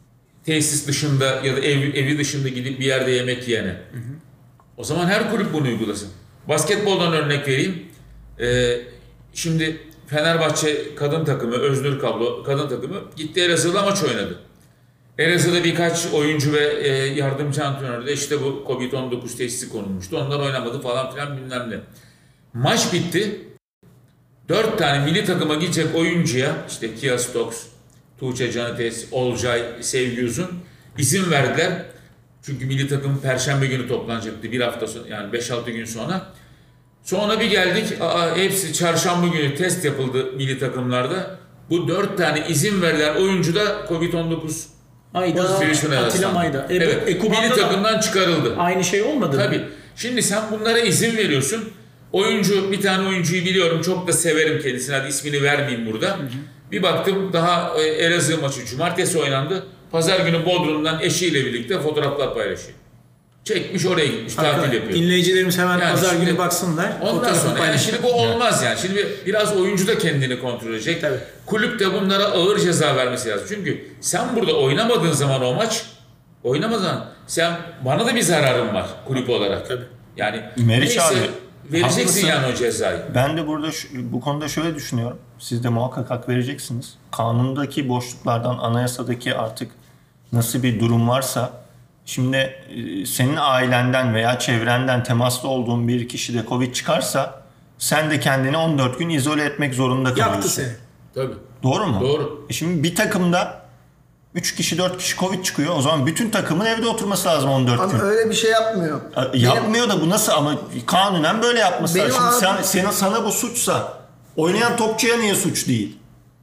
Speaker 4: Tesis dışında ya da ev, evi dışında gidip bir yerde yemek yiyene. O zaman her kulüp bunu uygulasın. Basketboldan örnek vereyim. Ee, şimdi Fenerbahçe kadın takımı, Öznur Kablo kadın takımı gitti Elazığ'da maç oynadı. Elazığ'da birkaç oyuncu ve e, yardımcı antrenör de işte bu covid on dokuz tesisi konulmuştu. Onlar oynamadı falan filan bilmem ne. Maç bitti. dört tane milli takıma gidecek oyuncuya işte Kia Stokes, Tuğçe Canates, Olcay, Sevgi Uzun izin verdiler. Çünkü milli takım Perşembe günü toplanacaktı bir hafta sonra, yani beş altı gün sonra. Sonra bir geldik, aa, hepsi çarşamba günü test yapıldı milli takımlarda. Bu dört tane izin verilen oyuncu da covid on dokuz
Speaker 2: Ayda,
Speaker 4: pozisyonu
Speaker 2: Atilla
Speaker 4: arasında.
Speaker 2: Mayda. E,
Speaker 4: Evet,
Speaker 2: Ekuban'da
Speaker 4: milli
Speaker 2: da
Speaker 4: takımdan çıkarıldı.
Speaker 2: aynı şey olmadı mı?
Speaker 4: Tabii. Şimdi sen bunlara izin veriyorsun. Oyuncu, bir tane oyuncuyu biliyorum, çok da severim kendisine, hadi ismini vermeyeyim burada. Hı hı. Bir baktım daha e, Elazığ maçı cumartesi oynandı. Pazar günü Bodrum'dan eşiyle birlikte fotoğraflar paylaşıyor. Çekmiş oraya gitmiş, tatil yapıyor.
Speaker 2: Dinleyicilerimiz hemen
Speaker 4: Yani
Speaker 2: pazar
Speaker 4: şimdi,
Speaker 2: günü baksınlar.
Speaker 4: Ondan sonra yani şimdi bu olmaz yani. Şimdi biraz oyuncu da kendini kontrol edecek.
Speaker 2: Tabii.
Speaker 4: Kulüp de bunlara ağır ceza vermesi lazım. Çünkü sen burada oynamadığın zaman o maç, oynamadığın sen, bana da bir zararın var kulüp olarak.
Speaker 2: Tabii.
Speaker 4: Yani
Speaker 1: Meriç
Speaker 4: neyse
Speaker 1: abi,
Speaker 4: vereceksin
Speaker 1: haklısın.
Speaker 4: yani o cezayı.
Speaker 1: Ben de burada şu- bu konuda şöyle düşünüyorum. Siz de muhakkak hak vereceksiniz. Kanundaki boşluklardan, anayasadaki artık nasıl bir durum varsa, şimdi e, senin ailenden veya çevrenden temaslı olduğun bir kişi de Covid çıkarsa sen de kendini on dört gün izole etmek zorunda kalıyorsun.
Speaker 2: Yaktı seni.
Speaker 4: Tabii.
Speaker 1: Doğru mu?
Speaker 4: Doğru.
Speaker 1: E şimdi bir takımda üç kişi dört kişi Covid çıkıyor. O zaman bütün takımın evde oturması lazım on dört gün.
Speaker 3: Ama öyle bir şey yapmıyor.
Speaker 1: E, Yapmıyor da bu nasıl, ama kanunen böyle yapması
Speaker 3: Benim
Speaker 1: lazım. Şimdi
Speaker 3: abi-
Speaker 1: sen, sana, sana bu suçsa oynayan topçuya niye suç değil?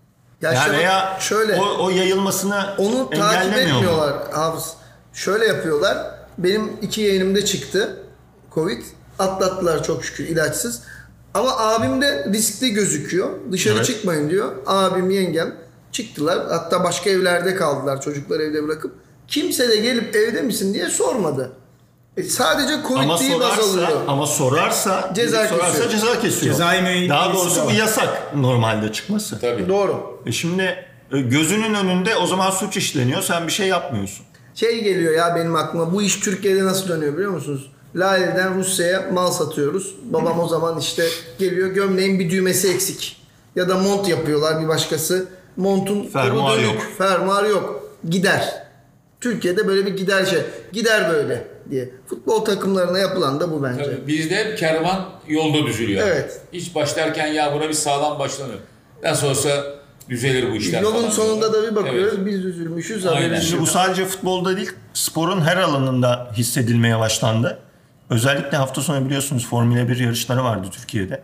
Speaker 3: Ya
Speaker 1: Yani
Speaker 3: şöyle,
Speaker 1: veya
Speaker 3: şöyle
Speaker 1: o, o yayılmasını
Speaker 3: onu takip
Speaker 1: engellemiyor mu?
Speaker 3: etmiyorlar Hafız. Şöyle yapıyorlar. Benim iki yeğenimde çıktı Covid. Atlattılar çok şükür ilaçsız. Ama abim de riskli gözüküyor. Dışarı
Speaker 1: Evet.
Speaker 3: çıkmayın diyor. Abim, yengem çıktılar. Hatta başka evlerde kaldılar. Çocukları evde bırakıp. Kimse de gelip evde misin diye sormadı. E sadece
Speaker 1: Ama
Speaker 3: Covid değil baz
Speaker 1: sorarsa,
Speaker 3: alıyor.
Speaker 1: ama sorarsa
Speaker 3: Ceza
Speaker 1: sorarsa
Speaker 3: kesiyor.
Speaker 1: ceza kesiyor.
Speaker 2: Cezai müeyyidesi
Speaker 1: Daha doğrusu
Speaker 2: de
Speaker 1: bu
Speaker 2: var.
Speaker 1: yasak normalde çıkması.
Speaker 4: Tabii.
Speaker 3: Doğru.
Speaker 1: E şimdi e, gözünün önünde o zaman suç işleniyor. Sen bir şey yapmıyorsun.
Speaker 3: Şey geliyor ya benim aklıma, bu iş Türkiye'de nasıl dönüyor biliyor musunuz? Lale'den Rusya'ya mal satıyoruz. Babam o zaman işte geliyor, gömleğin bir düğmesi eksik. Ya da mont yapıyorlar bir başkası. Montun
Speaker 1: Fermuar
Speaker 3: kolu dönük,
Speaker 1: yok.
Speaker 3: fermuar yok. Gider. Türkiye'de böyle bir gider şey. Gider böyle diye. Futbol takımlarına yapılan da bu bence.
Speaker 4: Tabii. Bizde hep kervan yolda düzülüyor.
Speaker 3: Evet.
Speaker 4: Hiç başlarken ya buna bir sağlam başlanıyor. Nasıl olsa düzelir bu işler
Speaker 3: Yolun
Speaker 4: falan
Speaker 3: sonunda
Speaker 4: diyorlar.
Speaker 3: da bir bakıyoruz,
Speaker 4: Evet.
Speaker 3: biz üzülmüşüz.
Speaker 4: Aynen.
Speaker 3: haberimiz
Speaker 1: Şimdi
Speaker 3: yok.
Speaker 1: bu sadece futbolda değil, sporun her alanında hissedilmeye başlandı. Özellikle hafta sonu biliyorsunuz Formula bir yarışları vardı Türkiye'de.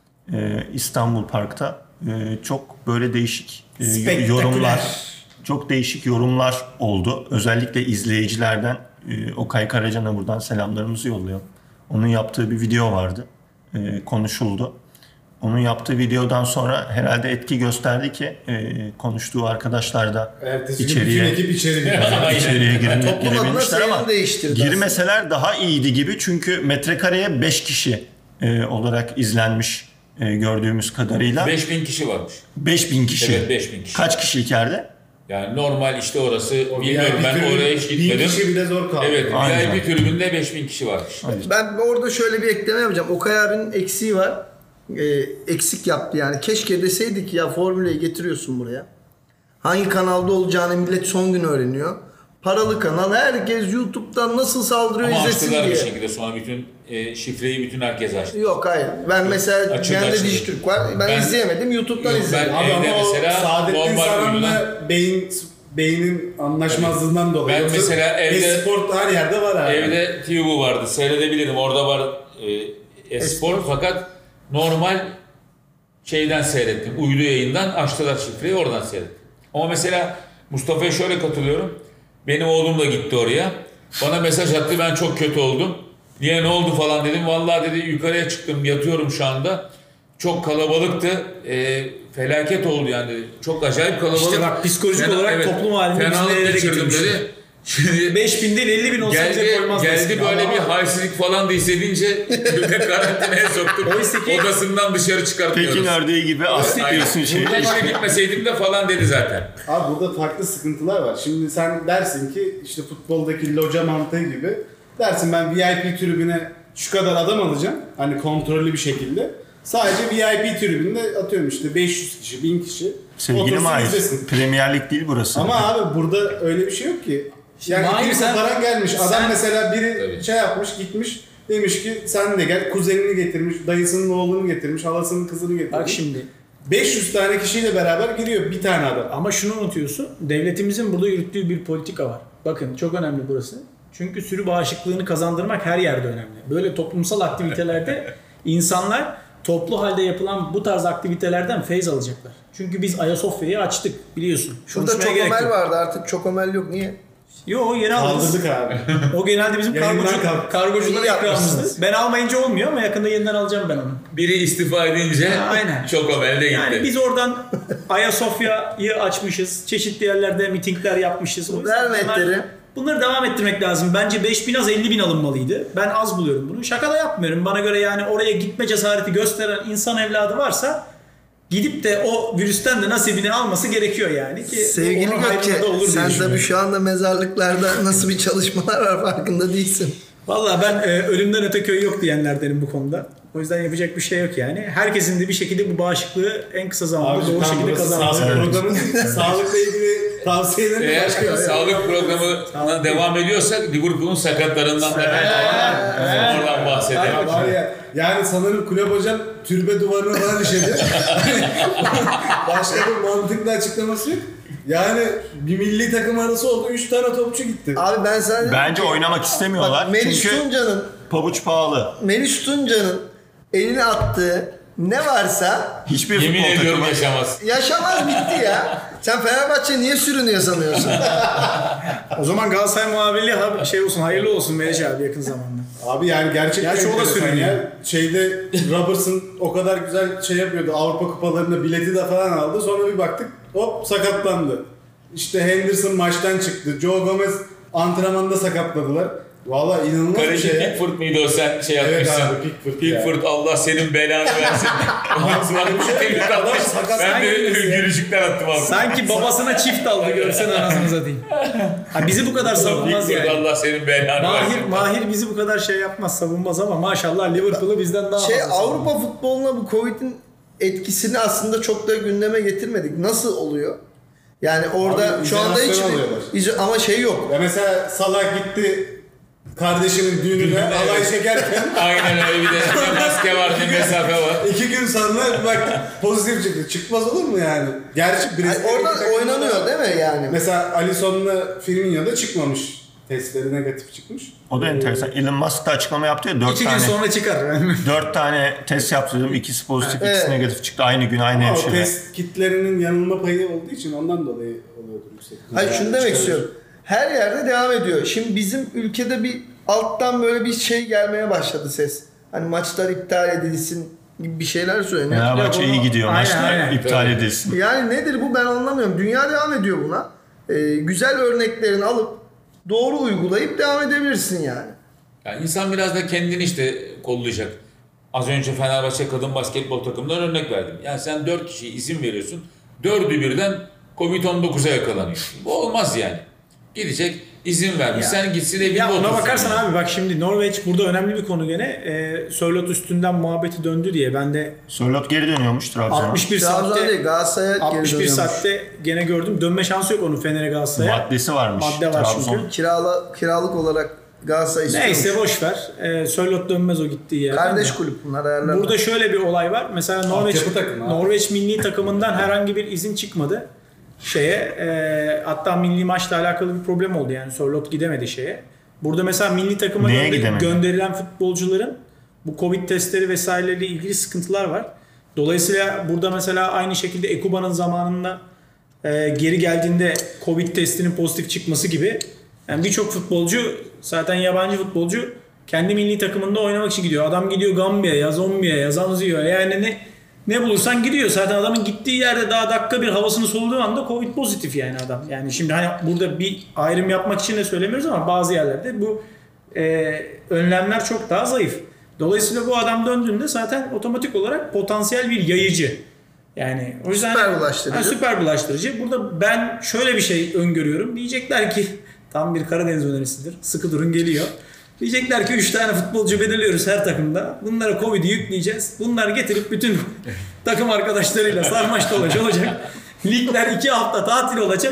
Speaker 1: Ee, İstanbul Park'ta. Ee, çok böyle değişik e,
Speaker 2: Spektaküler.
Speaker 1: yorumlar, çok değişik yorumlar oldu. Özellikle izleyicilerden e, Okay Karacan'a buradan selamlarımızı yolluyorum. Onun yaptığı bir video vardı. E, konuşuldu. Onun yaptığı videodan sonra herhalde etki gösterdi ki e, konuştuğu arkadaşlar da
Speaker 5: Ertesi gün
Speaker 1: içeriye
Speaker 5: bütün ekip içeri girdi.
Speaker 1: içeriye girme,
Speaker 3: Toplum adına
Speaker 1: girebilmişler ama
Speaker 3: sayını değiştirdi
Speaker 1: girmeseler daha iyiydi gibi, çünkü metrekareye beş kişi e, olarak izlenmiş e, gördüğümüz kadarıyla.
Speaker 4: beş bin kişi varmış.
Speaker 1: beş bin kişi.
Speaker 4: Evet, beş bin kişi.
Speaker 1: Kaç kişi içeride?
Speaker 4: Yani normal işte orası
Speaker 5: O
Speaker 4: bilmiyorum,
Speaker 5: V I P
Speaker 4: ben
Speaker 5: tribün
Speaker 4: oraya hiç
Speaker 5: bin
Speaker 4: gitmedim.
Speaker 5: kişi bile zor kaldı.
Speaker 4: Evet,
Speaker 1: Aynen.
Speaker 4: V I P tribünde beş bin kişi varmış.
Speaker 3: Ben orada şöyle bir ekleme yapacağım. Okay abinin eksiği var. Ee, eksik yaptı yani. Keşke deseydik ya, formüleyi getiriyorsun buraya. Hangi kanalda olacağını millet son gün öğreniyor. Paralı kanal, herkes YouTube'dan nasıl saldırıyor
Speaker 4: Ama
Speaker 3: izlesin
Speaker 4: açtılar
Speaker 3: diye.
Speaker 4: bir şekilde sonra bütün e, şifreyi bütün herkes açtı.
Speaker 3: Yok hayır. Ben mesela
Speaker 4: Açıldı,
Speaker 3: bende
Speaker 4: açıldı.
Speaker 3: Dijitürk var. Ben,
Speaker 4: Ben-
Speaker 3: izleyemedim. YouTube'dan
Speaker 4: Yok,
Speaker 3: izledim.
Speaker 4: ben-
Speaker 5: Abi
Speaker 4: Evde
Speaker 5: ama o
Speaker 4: mesela
Speaker 5: Saadettin
Speaker 4: normal
Speaker 5: Saran'la beyin beynin anlaşmazlığından dolayı.
Speaker 4: Ben
Speaker 5: Yoksa
Speaker 4: mesela evde-
Speaker 5: e-spor her yerde var abi.
Speaker 4: Evde T V vardı, seyredebilirim. Orada var e, espor, fakat normal şeyden seyrettim. Uydu yayından açtılar şifreyi, oradan seyrettim. Ama mesela Mustafa'ya şöyle katılıyorum. Benim oğlum da gitti oraya. Bana mesaj attı, ben çok kötü oldum. Niye, ne oldu falan dedim. Vallahi dedi, yukarıya çıktım, yatıyorum şu anda. Çok kalabalıktı. E, felaket oldu yani dedi. Çok acayip kalabalık.
Speaker 2: İşte bak, psikolojik olarak toplum halinde bizi
Speaker 4: fenalık
Speaker 2: nerelere
Speaker 4: geçirdim
Speaker 2: getirmişler.
Speaker 4: dedi. Şimdi
Speaker 2: beş bin değil elli bin olsa bize
Speaker 4: geldi,
Speaker 2: koymaz.
Speaker 4: geldi
Speaker 2: mesela.
Speaker 4: böyle
Speaker 2: Ama
Speaker 4: bir halsizlik falan da hissedince bir karantinaya soktuk.
Speaker 2: Oysa ki-
Speaker 4: Odasından dışarı çıkartmıyoruz.
Speaker 1: Pekin ördeği gibi astıklıyorsun şeyi.
Speaker 4: Burada işte gitmeseydim de falan dedi zaten.
Speaker 5: Abi burada farklı sıkıntılar var. Şimdi sen dersin ki işte futboldaki loca mantığı gibi dersin ben V I P tribüne şu kadar adam alacağım. Hani kontrollü bir şekilde. Sadece V I P tribünde atıyorum işte beş yüz kişi, bin kişi.
Speaker 1: Sevgili
Speaker 5: otursun
Speaker 1: Mahir,
Speaker 5: izlesin.
Speaker 1: Premier Lig değil burası.
Speaker 5: Ama abi burada öyle bir şey yok ki. Yani
Speaker 2: Mahir
Speaker 5: iki
Speaker 2: sen-
Speaker 5: paran gelmiş. Adam
Speaker 2: sen-
Speaker 5: mesela biri
Speaker 4: Tabii.
Speaker 5: şey yapmış, gitmiş Demiş ki sen de gel, kuzenini getirmiş, dayısının oğlunu getirmiş, halasının kızını getirmiş.
Speaker 2: Bak şimdi.
Speaker 5: beş yüz tane kişiyle beraber giriyor bir tane adam.
Speaker 2: Ama şunu unutuyorsun. Devletimizin burada yürüttüğü bir politika var. Bakın çok önemli burası. Çünkü sürü bağışıklığını kazandırmak her yerde önemli. Böyle toplumsal aktivitelerde insanlar toplu halde yapılan bu tarz aktivitelerden feyz alacaklar. Çünkü biz Ayasofya'yı açtık biliyorsun.
Speaker 3: Şurada
Speaker 2: Konuşmaya gerek
Speaker 3: Çokomel
Speaker 2: yok.
Speaker 3: vardı, artık Çokomel yok. Niye?
Speaker 2: Yo yeni alırız.
Speaker 5: Kaldırdık abi.
Speaker 2: O genelde bizim
Speaker 5: Yayından
Speaker 2: kargocu,
Speaker 5: kalk.
Speaker 2: kargoculara
Speaker 3: İyi yapmışsınız.
Speaker 2: ikramımızdı. Ben almayınca olmuyor ama yakında yeniden alacağım ben onu.
Speaker 4: Biri istifa edince
Speaker 2: Aynen.
Speaker 4: çok Ömer'de gitti.
Speaker 2: Yani biz oradan Ayasofya'yı açmışız. Çeşitli yerlerde mitingler yapmışız. O yüzden
Speaker 3: Ver
Speaker 2: bunlar-
Speaker 3: metleri.
Speaker 2: Bunları devam ettirmek lazım. Bence beş bin az elli bin alınmalıydı. Ben az buluyorum bunu. Şaka da yapmıyorum. Bana göre yani oraya gitme cesareti gösteren insan evladı varsa gidip de o virüsten de nasibini alması gerekiyor yani. Ki
Speaker 3: Sevgili
Speaker 2: onun hayrına
Speaker 3: Gökçe,
Speaker 2: da olur diye
Speaker 3: sen
Speaker 2: düşünüyorum.
Speaker 3: tabii şu anda mezarlıklarda nasıl bir çalışmalar var farkında değilsin.
Speaker 2: Valla ben e, ölümden öte köy yok diyenlerdenim bu konuda. O yüzden yapacak bir şey yok yani. Herkesin de bir şekilde bu bağışıklığı en kısa zamanda
Speaker 5: Abi
Speaker 2: doğru
Speaker 5: tam
Speaker 2: şekilde
Speaker 5: burası
Speaker 2: kazanması.
Speaker 5: sağlık
Speaker 2: Evet.
Speaker 5: programı, sağlıkla ilgili tavsiyeleri
Speaker 4: Eğer
Speaker 5: başka bir şey.
Speaker 4: sağlık programına devam ediyorsak Liverpool'un sakatlarından da ben oradan bahsedelim.
Speaker 5: Ya var ya, yani sanırım kulüp hocam türbe duvarına falan işedi. Başka bir mantıklı açıklaması yok. Yani bir milli takım arası oldu. Üç tane topçu gitti.
Speaker 3: Abi ben sana
Speaker 1: Bence oynamak istemiyorlar.
Speaker 3: Bak, Melih
Speaker 1: Çünkü
Speaker 3: Tunca'nın
Speaker 1: pabuç pahalı.
Speaker 3: Melih Tunca'nın eline attığı ne varsa
Speaker 1: Hiçbir
Speaker 4: Yemin
Speaker 1: futbol
Speaker 4: ediyorum
Speaker 1: takımı
Speaker 4: yaşamaz.
Speaker 3: yaşamaz bitti ya. Sen Fenerbahçe niye sürünüyor sanıyorsun?
Speaker 2: O zaman Galatasaray muhabirliği ha- şey olsun, hayırlı olsun Meriç abi yakın zamanda.
Speaker 5: Abi yani gerçekten
Speaker 2: Gerçi o da
Speaker 5: enteresan
Speaker 2: sürünüyor.
Speaker 5: ya. Şeyde Robertson o kadar güzel şey yapıyordu. Avrupa kupalarında bileti de falan aldı. Sonra bir baktık hop sakatlandı. İşte Henderson maçtan çıktı. Joe Gomez antrenmanda sakatladılar. Valla inanılmaz bir
Speaker 4: Kaleci
Speaker 5: şey ya.
Speaker 4: Pickford mıydı o sen şey
Speaker 5: Evet
Speaker 4: yapmışsın?
Speaker 5: abi, Pickford
Speaker 4: Pickford Allah senin belanı versin. Bana bir şey tebrik
Speaker 5: Adam
Speaker 4: atmış.
Speaker 5: sakat
Speaker 4: Ben de
Speaker 5: sanki ya.
Speaker 4: gülücükler attım abi.
Speaker 2: Sanki babasına çift aldı görsen anasını satayım. Ha, bizi bu kadar savunmaz
Speaker 4: Pickford
Speaker 2: yani.
Speaker 4: Allah senin belanı
Speaker 2: Mahir,
Speaker 4: versin.
Speaker 2: Mahir bizi bu kadar şey yapmaz, savunmaz ama maşallah Liverpool'u bizden daha
Speaker 3: şey
Speaker 2: fazla savunuyor.
Speaker 3: Avrupa futboluna bu Covid'in etkisini aslında çok da gündeme getirmedik. Nasıl oluyor? Yani orada
Speaker 5: Abi,
Speaker 3: şu anda hiç
Speaker 5: izolasyon alıyorlar.
Speaker 3: izo- ama şey yok.
Speaker 5: Ya mesela Salah gitti kardeşinin düğününe
Speaker 4: Düğününe,
Speaker 5: halay
Speaker 4: evet.
Speaker 5: çekerken
Speaker 4: Aynen öyle, bir de ne maske var ne mesafe var.
Speaker 5: iki gün sonra bak pozitif çıktı. Çıkmaz olur mu yani? Gerçi
Speaker 3: Yani
Speaker 5: Brezilya
Speaker 3: orada
Speaker 5: takımı da-
Speaker 3: oynanıyor değil mi yani?
Speaker 5: Mesela Alisson'la Firmino da çıkmamış. Testleri negatif çıkmış.
Speaker 1: O da enteresan. Elon Musk da açıklama yaptı ya. Dört
Speaker 2: İki gün
Speaker 1: tane,
Speaker 2: sonra çıkar.
Speaker 1: dört tane test yaptırdım. İkisi pozitif,
Speaker 3: Evet.
Speaker 1: ikisi negatif çıktı. Aynı gün aynı
Speaker 5: Ama o
Speaker 1: hemşire.
Speaker 5: test kitlerinin yanılma payı olduğu için ondan dolayı oluyordur yüksek.
Speaker 3: Hayır şunu
Speaker 5: Yani
Speaker 3: demek
Speaker 5: çıkarır.
Speaker 3: istiyorum. Her yerde devam ediyor. Şimdi bizim ülkede bir alttan böyle bir şey gelmeye başladı ses. Hani maçlar iptal edilsin gibi bir şeyler söyleniyor.
Speaker 1: Fenerbahçe
Speaker 2: Ya bunu-
Speaker 1: iyi gidiyor.
Speaker 2: Aynen,
Speaker 1: Maçlar
Speaker 2: aynen.
Speaker 1: iptal
Speaker 4: Tabii.
Speaker 1: edilsin.
Speaker 3: Yani nedir bu ben anlamıyorum. Dünya devam ediyor buna. Ee, güzel örneklerini alıp doğru uygulayıp devam edebilirsin yani.
Speaker 4: Yani insan biraz da kendini işte kollayacak. Az önce Fenerbahçe kadın basketbol takımından örnek verdim. Yani sen dört kişiye izin veriyorsun. Dördü birden covid on dokuza yakalanıyor. Bu olmaz yani. Gidecek, izin vermiş.
Speaker 2: Ya.
Speaker 4: Sen gitsin evinde
Speaker 2: Ya ona
Speaker 4: otursun.
Speaker 2: bakarsan abi bak şimdi Norveç burada önemli bir konu gene. E, Sörloth üstünden muhabbeti döndü diye ben de
Speaker 1: Sörloth geri dönüyormuş Trabzon'a.
Speaker 2: altmış bir
Speaker 3: Trabzon değil
Speaker 2: saatte
Speaker 3: Galatasaray'a geri
Speaker 2: altmış bir
Speaker 3: dönüyormuş.
Speaker 2: saatte gene gördüm. Dönme şansı yok onun Fener'e Galatasaray'a.
Speaker 1: Maddesi varmış.
Speaker 2: Madde var
Speaker 1: Trabzon.
Speaker 2: çünkü.
Speaker 3: Kirala, kiralık olarak Galatasaray istiyormuş.
Speaker 2: Neyse boş ver. E, Sörloth dönmez o gittiği yerden.
Speaker 3: Kardeş
Speaker 2: de.
Speaker 3: kulüp bunlar ayarlar.
Speaker 2: Burada şöyle bir olay var. Mesela Norveç
Speaker 5: Altyapı takımı abi.
Speaker 2: Norveç milli takımından herhangi bir izin çıkmadı şeye. E, hatta milli maçla alakalı bir problem oldu yani Sörloth gidemedi şeye. Burada mesela milli takıma
Speaker 1: Neye
Speaker 2: gönder-
Speaker 1: gidemedi?
Speaker 2: gönderilen futbolcuların bu Covid testleri vesaireyle ilgili sıkıntılar var. Dolayısıyla burada mesela aynı şekilde Ekuba'nın zamanında e, geri geldiğinde Covid testinin pozitif çıkması gibi yani birçok futbolcu zaten yabancı futbolcu kendi milli takımında oynamak için gidiyor. Adam gidiyor Gambiya'ya, Zombia'ya, Zanzio'ya yani ne ne bulursan gidiyor. Zaten adamın gittiği yerde daha dakika bir havasını soluduğu anda Covid pozitif yani adam. Yani şimdi hani burada bir ayrım yapmak için de söylemiyoruz ama bazı yerlerde bu e, önlemler çok daha zayıf. Dolayısıyla bu adam döndüğünde zaten otomatik olarak potansiyel bir yayıcı. Yani o yüzden
Speaker 3: Süper bulaştırıcı.
Speaker 2: Ha, süper bulaştırıcı. Burada ben şöyle bir şey öngörüyorum. Diyecekler ki tam bir Karadeniz önerisidir. Sıkı durun geliyor. Diyecekler ki üç tane futbolcu belirliyoruz her takımda. Bunlara Covid'i yükleyeceğiz. Bunlar getirip bütün takım arkadaşlarıyla sarmaş dolaş olacak. Ligler iki hafta tatil olacak.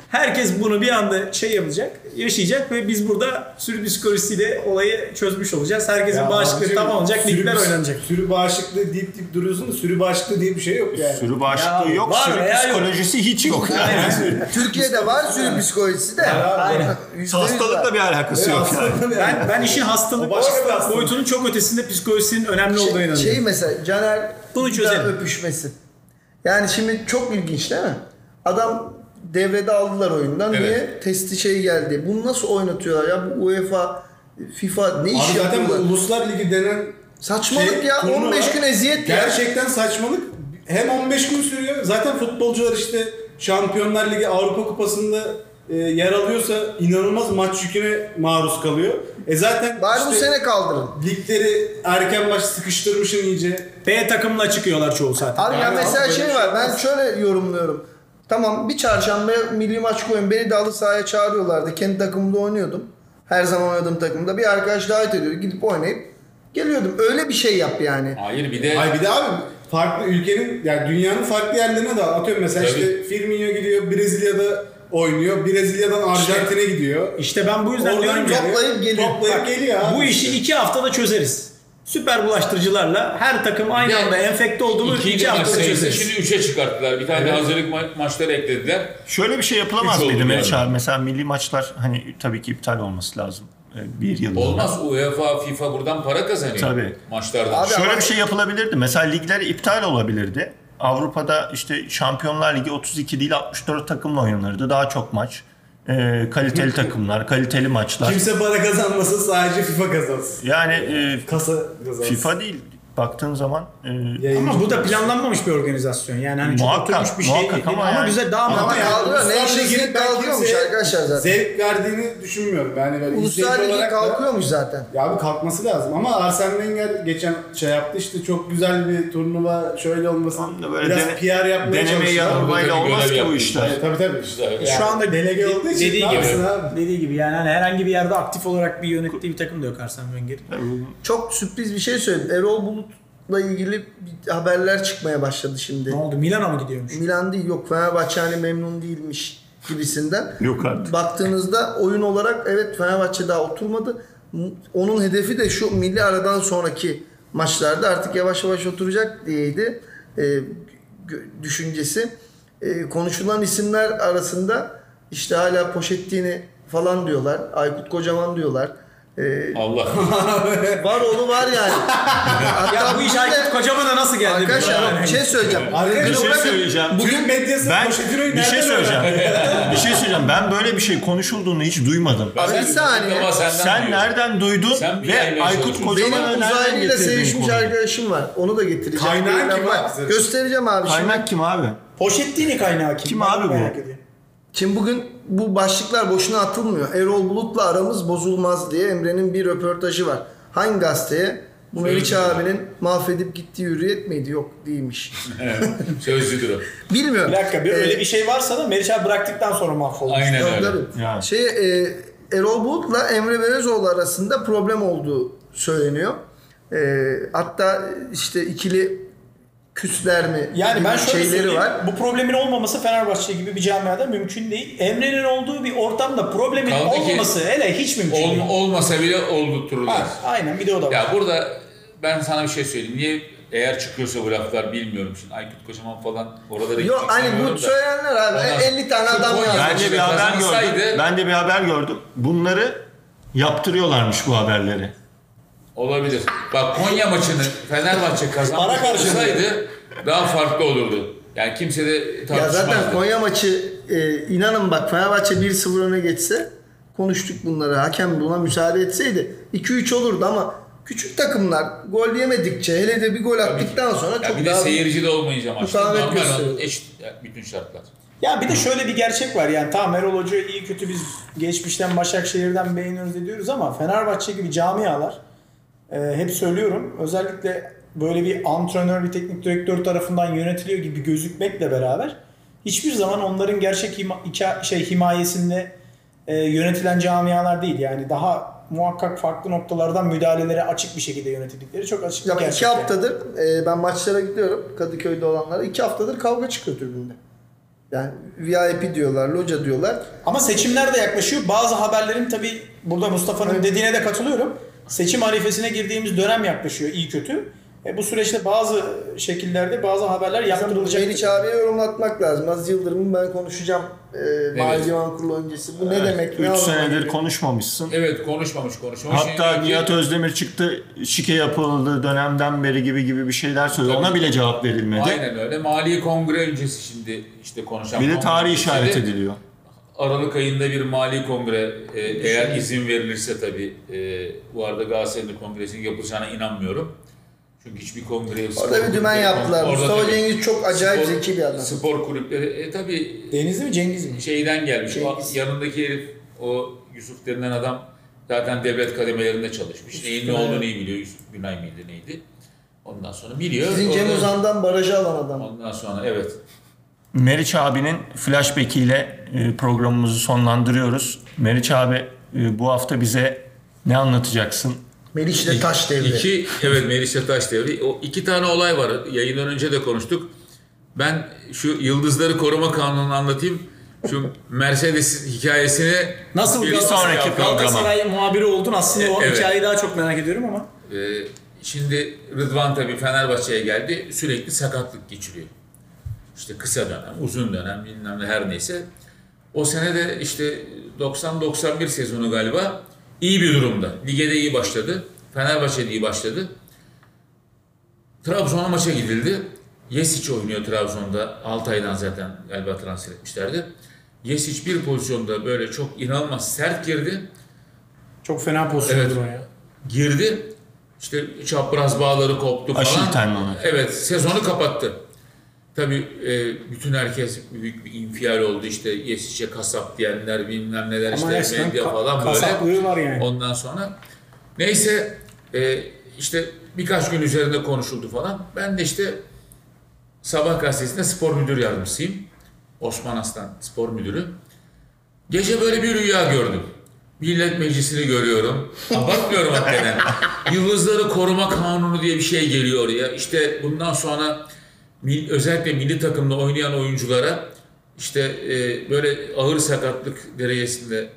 Speaker 2: Herkes bunu bir anda şey yapacak, yaşayacak ve biz burada sürü psikolojisiyle olayı çözmüş olacağız. Herkesin
Speaker 5: Ya
Speaker 2: bağışıklığı
Speaker 5: abicim,
Speaker 2: tam olacak,
Speaker 5: sürü-
Speaker 2: ligler oynanacak.
Speaker 5: Sürü bağışıklığı deyip deyip duruyorsun da sürü bağışıklığı diye bir şey yok yani.
Speaker 1: Sürü bağışıklığı
Speaker 2: Ya,
Speaker 1: yok,
Speaker 2: var
Speaker 1: sürü
Speaker 2: veya yok.
Speaker 1: psikolojisi hiç yok.
Speaker 3: Türkiye'de var sürü psikolojisi de.
Speaker 2: Aynen.
Speaker 3: Yüzde yüz var.
Speaker 1: Hastalıkla bir alakası yok yani.
Speaker 5: Aslında yani.
Speaker 2: Ben ben işin hastalık
Speaker 5: O başka bir hastalık.
Speaker 2: boyutunun çok ötesinde psikolojisinin önemli olduğuna
Speaker 3: Şey,
Speaker 2: inanıyorum.
Speaker 3: şey mesela Caner
Speaker 2: Bunu
Speaker 3: Bunu
Speaker 2: çözelim.
Speaker 3: öpüşmesi. Yani şimdi çok ilginç değil mi? Adam devrede aldılar oyundan.
Speaker 4: Evet.
Speaker 3: Niye? Testi şey geldi. Bunu nasıl oynatıyorlar ya? Bu UEFA, FIFA ne iş
Speaker 5: Abi zaten bu
Speaker 3: yapıyorlar?
Speaker 5: Uluslar Ligi denen
Speaker 3: Saçmalık
Speaker 5: şey,
Speaker 3: ya.
Speaker 5: turnuva
Speaker 3: on beş gün eziyet ya.
Speaker 5: Gerçekten saçmalık. Hem on beş gün sürüyor. Zaten futbolcular işte Şampiyonlar Ligi, Avrupa Kupası'nda e, yer alıyorsa inanılmaz maç yüküne maruz kalıyor. E zaten
Speaker 3: Bari bu
Speaker 5: işte
Speaker 3: sene kaldırın.
Speaker 5: ligleri erken baş sıkıştırmışsın iyice.
Speaker 2: B takımla çıkıyorlar çoğu zaten.
Speaker 3: Abi ya
Speaker 5: Yani
Speaker 3: mesela
Speaker 5: abi
Speaker 3: şey
Speaker 5: böyle
Speaker 3: var.
Speaker 5: şey
Speaker 3: Ben
Speaker 5: olmaz.
Speaker 3: şöyle yorumluyorum. Tamam bir çarşamba milli maç koyun. Beni de halı sahaya çağırıyorlardı. Kendi takımımda oynuyordum. Her zaman oynadığım takımda. Bir arkadaş davet ediyordu. Gidip oynayıp geliyordum. Öyle bir şey yap yani.
Speaker 4: Hayır bir de
Speaker 5: Ay bir de abi farklı ülkenin yani dünyanın farklı yerlerine de atıyorum mesela
Speaker 4: Tabii.
Speaker 5: işte Firmino gidiyor Brezilya'da oynuyor. Brezilya'dan Arjantin'e gidiyor.
Speaker 2: İşte ben bu yüzden
Speaker 5: Oradan
Speaker 2: diyorum ki
Speaker 3: toplayıp geliyor.
Speaker 5: Toplayıp
Speaker 2: bak,
Speaker 5: geliyor abi.
Speaker 2: bu işi iki haftada çözeriz. Süper bulaştırıcılarla her takım aynı
Speaker 4: Bir de
Speaker 2: anda enfekte oldu mu
Speaker 4: İkiydi
Speaker 2: iki
Speaker 4: maç
Speaker 2: haftada
Speaker 4: sayısı.
Speaker 2: çözeriz.
Speaker 4: Şimdi üçe çıkarttılar. Bir tane de hazırlık ma- maçları eklediler.
Speaker 1: Şöyle bir şey yapılamaz
Speaker 4: Üç oldu
Speaker 1: mıydı Meriç
Speaker 4: yani.
Speaker 1: abi? Mesela milli maçlar hani tabii ki iptal olması lazım. Ee, Bir yıl.
Speaker 4: Olmaz. UEFA, FIFA buradan para kazanıyor.
Speaker 1: Tabii.
Speaker 4: Maçlardan.
Speaker 3: Abi
Speaker 1: Şöyle
Speaker 3: ama-
Speaker 1: bir şey yapılabilirdi. Mesela ligler iptal olabilirdi. Avrupa'da işte Şampiyonlar Ligi otuz iki değil altmış dört takımla oynanırdı. Daha çok maç. Ee, kaliteli takımlar, kaliteli maçlar.
Speaker 5: Kimse para kazanmasın sadece FIFA kazansın.
Speaker 1: Yani e,
Speaker 5: Kasa kazansın.
Speaker 1: FIFA değil. Baktığın zaman e,
Speaker 5: Yayıncı-
Speaker 2: Ama bu da planlanmamış bir organizasyon. Yani hani çok
Speaker 1: Muhakkak,
Speaker 2: oturmuş bir şey
Speaker 1: muhakkak
Speaker 2: değil.
Speaker 1: ama
Speaker 2: Ama,
Speaker 1: yani-
Speaker 2: güzel daha
Speaker 3: Ama
Speaker 2: mantıklı.
Speaker 3: ya- kaldırıyor.
Speaker 5: Uluslar
Speaker 3: Nations
Speaker 5: Ligi'nin
Speaker 3: League
Speaker 5: ben
Speaker 3: kalkıyormuş
Speaker 5: kimseye
Speaker 3: arkadaşlar zaten.
Speaker 5: Zevk verdiğini düşünmüyorum. Yani böyle
Speaker 3: Uluslar
Speaker 5: izleyici
Speaker 3: Ligi
Speaker 5: olarak da-
Speaker 3: kalkıyormuş zaten.
Speaker 5: Ya abi kalkması lazım ama Arsene Wenger geçen şey yaptı işte çok güzel bir turnuva şöyle olmasın.
Speaker 1: Tam da böyle
Speaker 5: Biraz
Speaker 1: dene-
Speaker 5: P R yapmaya
Speaker 1: deneme
Speaker 5: çalıştı.
Speaker 1: yanılmayla
Speaker 4: Orada bir
Speaker 1: olmaz
Speaker 4: görev
Speaker 1: ki bu
Speaker 4: yapmış.
Speaker 1: işler.
Speaker 5: Evet, tabii tabii.
Speaker 4: Güzel.
Speaker 5: Ya,
Speaker 2: Şu anda
Speaker 5: delege olduğu için
Speaker 2: dediği
Speaker 5: ne
Speaker 2: gibi,
Speaker 5: yapsın abi?
Speaker 2: dediği gibi yani hani herhangi bir yerde aktif olarak bir yönettiği bir takım da yok Arsene Wenger'in.
Speaker 3: Çok sürpriz bir şey söyledim. Erol Bulut'la ilgili bir haberler çıkmaya başladı şimdi.
Speaker 2: Ne oldu? Milan'a mı gidiyormuş?
Speaker 3: Milan değil yok Fenerbahçe hani memnun değilmiş gibisinden.
Speaker 1: Yok artık.
Speaker 3: Baktığınızda oyun olarak evet Fenerbahçe daha oturmadı. Onun hedefi de şu milli aradan sonraki maçlarda artık yavaş yavaş oturacak diyeydi e, gö- düşüncesi. E, konuşulan isimler arasında işte hala Pochettini falan diyorlar. Aykut Kocaman diyorlar. E,
Speaker 4: Allah.
Speaker 3: var oğlu var yani. Hatta
Speaker 2: Ya bu iş
Speaker 3: bugün de-
Speaker 2: Aykut Kocaman'a nasıl geldi?
Speaker 3: Arkadaşlar bir şey söyleyeceğim.
Speaker 5: Arkadaşlar,
Speaker 1: Bir şey
Speaker 3: Bırakın,
Speaker 1: söyleyeceğim.
Speaker 5: Bugün medyası
Speaker 1: Ben
Speaker 5: Pochettino'yu
Speaker 1: bir şey
Speaker 5: nereden
Speaker 1: söyleyeceğim.
Speaker 5: öğrendi?
Speaker 1: bir şey söyleyeceğim. Ben böyle bir şey konuşulduğunu hiç duymadım.
Speaker 4: Ben
Speaker 3: Bir
Speaker 4: de-
Speaker 3: saniye.
Speaker 4: Ama senden
Speaker 1: Sen
Speaker 4: duyuyorum.
Speaker 1: nereden duydun
Speaker 4: Sen bir
Speaker 1: ve
Speaker 4: yaymaya
Speaker 1: Aykut
Speaker 4: çalışıyorsun.
Speaker 1: Kocaman'a
Speaker 3: Benim
Speaker 1: nereden
Speaker 3: uzaylıyla
Speaker 1: getirdin
Speaker 3: sevişmiş
Speaker 1: konuyu?
Speaker 3: arkadaşım var. Onu da getireceğim.
Speaker 5: Kaynağın
Speaker 3: Bir
Speaker 5: kim
Speaker 3: laf-
Speaker 5: abi?
Speaker 3: Göstereceğim abi şimdi.
Speaker 1: Kaynak kim abi?
Speaker 2: Pochettini kaynağı kim?
Speaker 1: Kim
Speaker 2: Ben
Speaker 1: abi bu?
Speaker 2: merak ediyorum.
Speaker 3: Şimdi bugün bu başlıklar boşuna atılmıyor. Erol Bulut'la aramız bozulmaz diye Emre'nin bir röportajı var. Hangi gazeteye? Bu Meriç
Speaker 4: Sözcü.
Speaker 3: abinin mahvedip gittiği hürriyet miydi? Yok değilmiş.
Speaker 4: Sözcüdür o.
Speaker 3: Bilmiyorum.
Speaker 2: Bir dakika bir,
Speaker 3: Ee,
Speaker 2: öyle bir şey varsa da Meriç abi bıraktıktan sonra mahvolmuş.
Speaker 4: Aynen
Speaker 3: Tabii,
Speaker 4: öyle.
Speaker 3: tabii.
Speaker 1: Yani.
Speaker 3: Şey, e, Erol Bulut'la Emre Belözoğlu arasında problem olduğu söyleniyor. E, hatta işte ikili küsler mi
Speaker 2: Yani ben şöyle
Speaker 3: şeyleri
Speaker 2: söyleyeyim.
Speaker 3: var.
Speaker 2: Bu problemin olmaması Fenerbahçe gibi bir camiada mümkün değil. Emre'nin olduğu bir ortamda problemin
Speaker 4: Kaldı ki-
Speaker 2: olmaması hele hiç mümkün değil.
Speaker 4: Ol, olmasa bile oldurtururlar.
Speaker 2: Ha, aynen bir de o da var.
Speaker 4: Ya burada ben sana bir şey söyleyeyim. Niye eğer çıkıyorsa bu laflar bilmiyorum şimdi. Aykut Kocaman falan oralara
Speaker 3: Yok
Speaker 4: gitmek
Speaker 3: hani
Speaker 4: istemiyorum
Speaker 3: bu
Speaker 4: da.
Speaker 3: söyleyenler abi
Speaker 4: Ondan-
Speaker 3: elli tane
Speaker 4: Şu
Speaker 3: adam
Speaker 4: Konya
Speaker 3: yazmış.
Speaker 1: Ben de bir
Speaker 4: maçını
Speaker 1: haber gördüm.
Speaker 4: kazansaydı-
Speaker 1: Ben de bir haber gördüm. Bunları yaptırıyorlarmış bu haberleri.
Speaker 4: Olabilir. Bak Konya maçını Fenerbahçe kazanmış
Speaker 2: Para karşılığı.
Speaker 4: olsaydı daha farklı olurdu. Yani kimse de
Speaker 3: Ya
Speaker 4: tartışmazdı.
Speaker 3: zaten Konya maçı e, inanın bak Fenerbahçe bir sıfır öne geçse konuştuk bunları. Hakem buna müsaade etseydi iki üç olurdu ama küçük takımlar gol yemedikçe hele de bir gol attıktan sonra
Speaker 4: Ya
Speaker 3: çok
Speaker 4: bir de
Speaker 3: daha
Speaker 4: seyirci de olmayınca maçta
Speaker 3: mukavemet
Speaker 4: normal
Speaker 3: gösteriyor.
Speaker 4: olan eşit bütün şartlar.
Speaker 2: Ya bir de şöyle bir gerçek var yani tamam Erol Hoca'yı iyi kötü biz geçmişten Başakşehir'den beğeniyoruz ediyoruz ama Fenerbahçe gibi camialar e, hep söylüyorum özellikle böyle bir antrenör bir teknik direktör tarafından yönetiliyor gibi gözükmekle beraber hiçbir zaman onların gerçek hima, hika- şey himayesinde e, yönetilen camialar değil yani daha muhakkak farklı noktalardan müdahalelere açık bir şekilde yönetildikleri çok açık bir
Speaker 3: Ya
Speaker 2: gerçek.
Speaker 3: iki
Speaker 2: yani.
Speaker 3: haftadır e, ben maçlara gidiyorum Kadıköy'de olanlara iki haftadır kavga çıkıyor tribünde. Yani V I P diyorlar, loca diyorlar.
Speaker 2: Ama seçimler de yaklaşıyor. Bazı haberlerin tabii burada Mustafa'nın
Speaker 3: Evet.
Speaker 2: dediğine de katılıyorum. Seçim arifesine girdiğimiz dönem yaklaşıyor iyi kötü. E bu süreçte bazı şekillerde bazı haberler yaptırılacak.
Speaker 3: Meriç abiye yorumlatmak lazım. Aziz Yıldırım'ın ben konuşacağım e, Mali Divan Kurulu öncesi. Bu ne demek? Ne
Speaker 1: üç
Speaker 3: anlama
Speaker 1: senedir
Speaker 3: geliyor?
Speaker 1: konuşmamışsın.
Speaker 4: Evet konuşmamış konuşmamış.
Speaker 1: Hatta
Speaker 4: Şimdi-
Speaker 1: Nihat Özdemir çıktı, şike yapıldığı dönemden beri gibi gibi bir şeyler söyledi.
Speaker 4: Tabii.
Speaker 1: Ona bile cevap verilmedi.
Speaker 4: Aynen öyle. Mali Kongre öncesi şimdi işte konuşan.
Speaker 1: Bir de
Speaker 4: kongre
Speaker 1: tarih
Speaker 4: öncesi
Speaker 1: işaret
Speaker 4: de
Speaker 1: ediliyor.
Speaker 4: Aralık ayında bir mali kongre e, eğer izin verilirse tabii e, bu arada Galatasaray'ın kongresinin yapılacağına inanmıyorum. Çünkü hiçbir kongre...
Speaker 3: Orada bir dümen yaptılar.
Speaker 4: Orada
Speaker 3: Mustafa
Speaker 4: tabii
Speaker 3: Cengiz çok acayip
Speaker 4: spor-
Speaker 3: zeki bir adam.
Speaker 4: Spor kulüpleri e, tabii
Speaker 2: Denizli mi Cengiz mi?
Speaker 4: şeyden gelmiş.
Speaker 3: Cengiz.
Speaker 4: O yanındaki herif o Yusuf denilen adam zaten devlet kademelerinde çalışmış. Neyin ne olduğunu iyi biliyor. Yusuf Günay mıydı neydi? Ondan sonra biliyor.
Speaker 3: Sizin Cem
Speaker 4: Orada-
Speaker 3: Uzan'dan barajı alan adam.
Speaker 4: Ondan sonra evet.
Speaker 1: Meriç abinin flashback ile e, programımızı sonlandırıyoruz. Meriç abi e, bu hafta bize ne anlatacaksın?
Speaker 3: Meriç'le taş devri.
Speaker 4: İki, evet Melisa Taş devri. O iki tane olay var. Yayından önce de konuştuk. Ben şu Yıldızları Koruma Kanunu'nu anlatayım. Şu Mercedes hikayesini
Speaker 2: Nasıl
Speaker 4: bir
Speaker 2: Galatasaray,
Speaker 1: sonraki programa.
Speaker 2: Galatasaray muhabiri oldun aslında o
Speaker 4: Evet.
Speaker 2: hikayeyi daha çok merak ediyorum ama.
Speaker 4: Ee, şimdi Rıdvan tabii Fenerbahçe'ye geldi. Sürekli sakatlık geçiriyor. İşte kısa dönem, uzun dönem bilmem ne her neyse. O sene de işte doksan doksan bir sezonu galiba iyi bir durumda. Lige de iyi başladı. Fenerbahçe'de iyi başladı. Trabzon'a maça gidildi. Yesic oynuyor Trabzon'da. Altay'dan zaten galiba transfer etmişlerdi. Yesic bir pozisyonda böyle çok inanılmaz sert girdi.
Speaker 2: Çok fena pozisyondur
Speaker 4: Evet.
Speaker 2: o ya.
Speaker 4: Girdi. İşte çapraz bağları koptu falan.
Speaker 1: Aşil tendonu.
Speaker 4: Evet, sezonu kapattı. Tabii e, bütün herkes büyük bir infial oldu. İşte Yesic'e kasap diyenler bilmem neler
Speaker 2: Ama
Speaker 4: işte
Speaker 2: resmen
Speaker 4: medya
Speaker 2: ka-
Speaker 4: falan böyle.
Speaker 2: kasaplığı var yani.
Speaker 4: Ondan sonra neyse e, işte birkaç gün üzerinde konuşuldu falan. Ben de işte Sabah gazetesinde spor müdür yardımcısıyım. Osman Aslan spor müdürü. Gece böyle bir rüya gördüm. Millet Meclisi'ni görüyorum. Abartmıyorum hakikaten. Yıldızları Koruma Kanunu diye bir şey geliyor ya. İşte bundan sonra mil- özellikle milli takımda oynayan oyunculara işte e, böyle ağır sakatlık derecesinde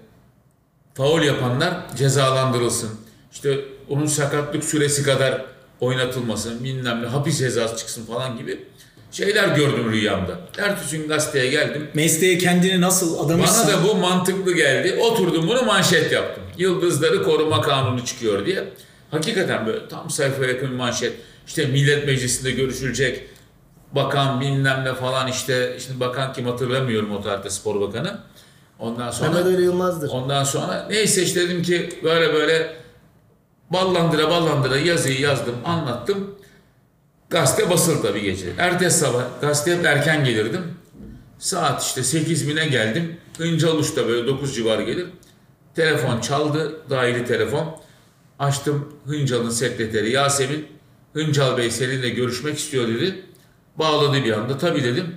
Speaker 4: faul yapanlar cezalandırılsın. İşte onun sakatlık süresi kadar oynatılmasın, bilmem ne, hapis cezası çıksın falan gibi şeyler gördüm rüyamda. Ertesi gün gazeteye geldim.
Speaker 2: Mesleğe kendini nasıl adamışsın?
Speaker 4: Bana da bu mantıklı geldi. Oturdum bunu manşet yaptım. Yıldızları Koruma Kanunu çıkıyor diye. Hakikaten böyle tam sayfaya yakın bir manşet. İşte Millet Meclisi'nde görüşülecek. Bakan bilmem ne falan işte. Şimdi bakan kim hatırlamıyorum o tarihte spor bakanı. Ondan sonra
Speaker 3: Mehmet Ali Yılmaz'dır.
Speaker 4: ondan sonra neyse işte dedim ki böyle böyle ballandıra ballandıra yazıyı yazdım, anlattım. Gazete basıldı tabii gece. Ertesi sabah gazeteye hep erken gelirdim. Saat işte sekiz bine geldim. Hıncal Uç'ta böyle dokuz civarı gelir. Telefon çaldı, daire telefon. Açtım, Hıncal'ın sekreteri Yasemin. Hıncal Bey seninle görüşmek istiyor dedi. Bağladı bir anda. Tabii dedim.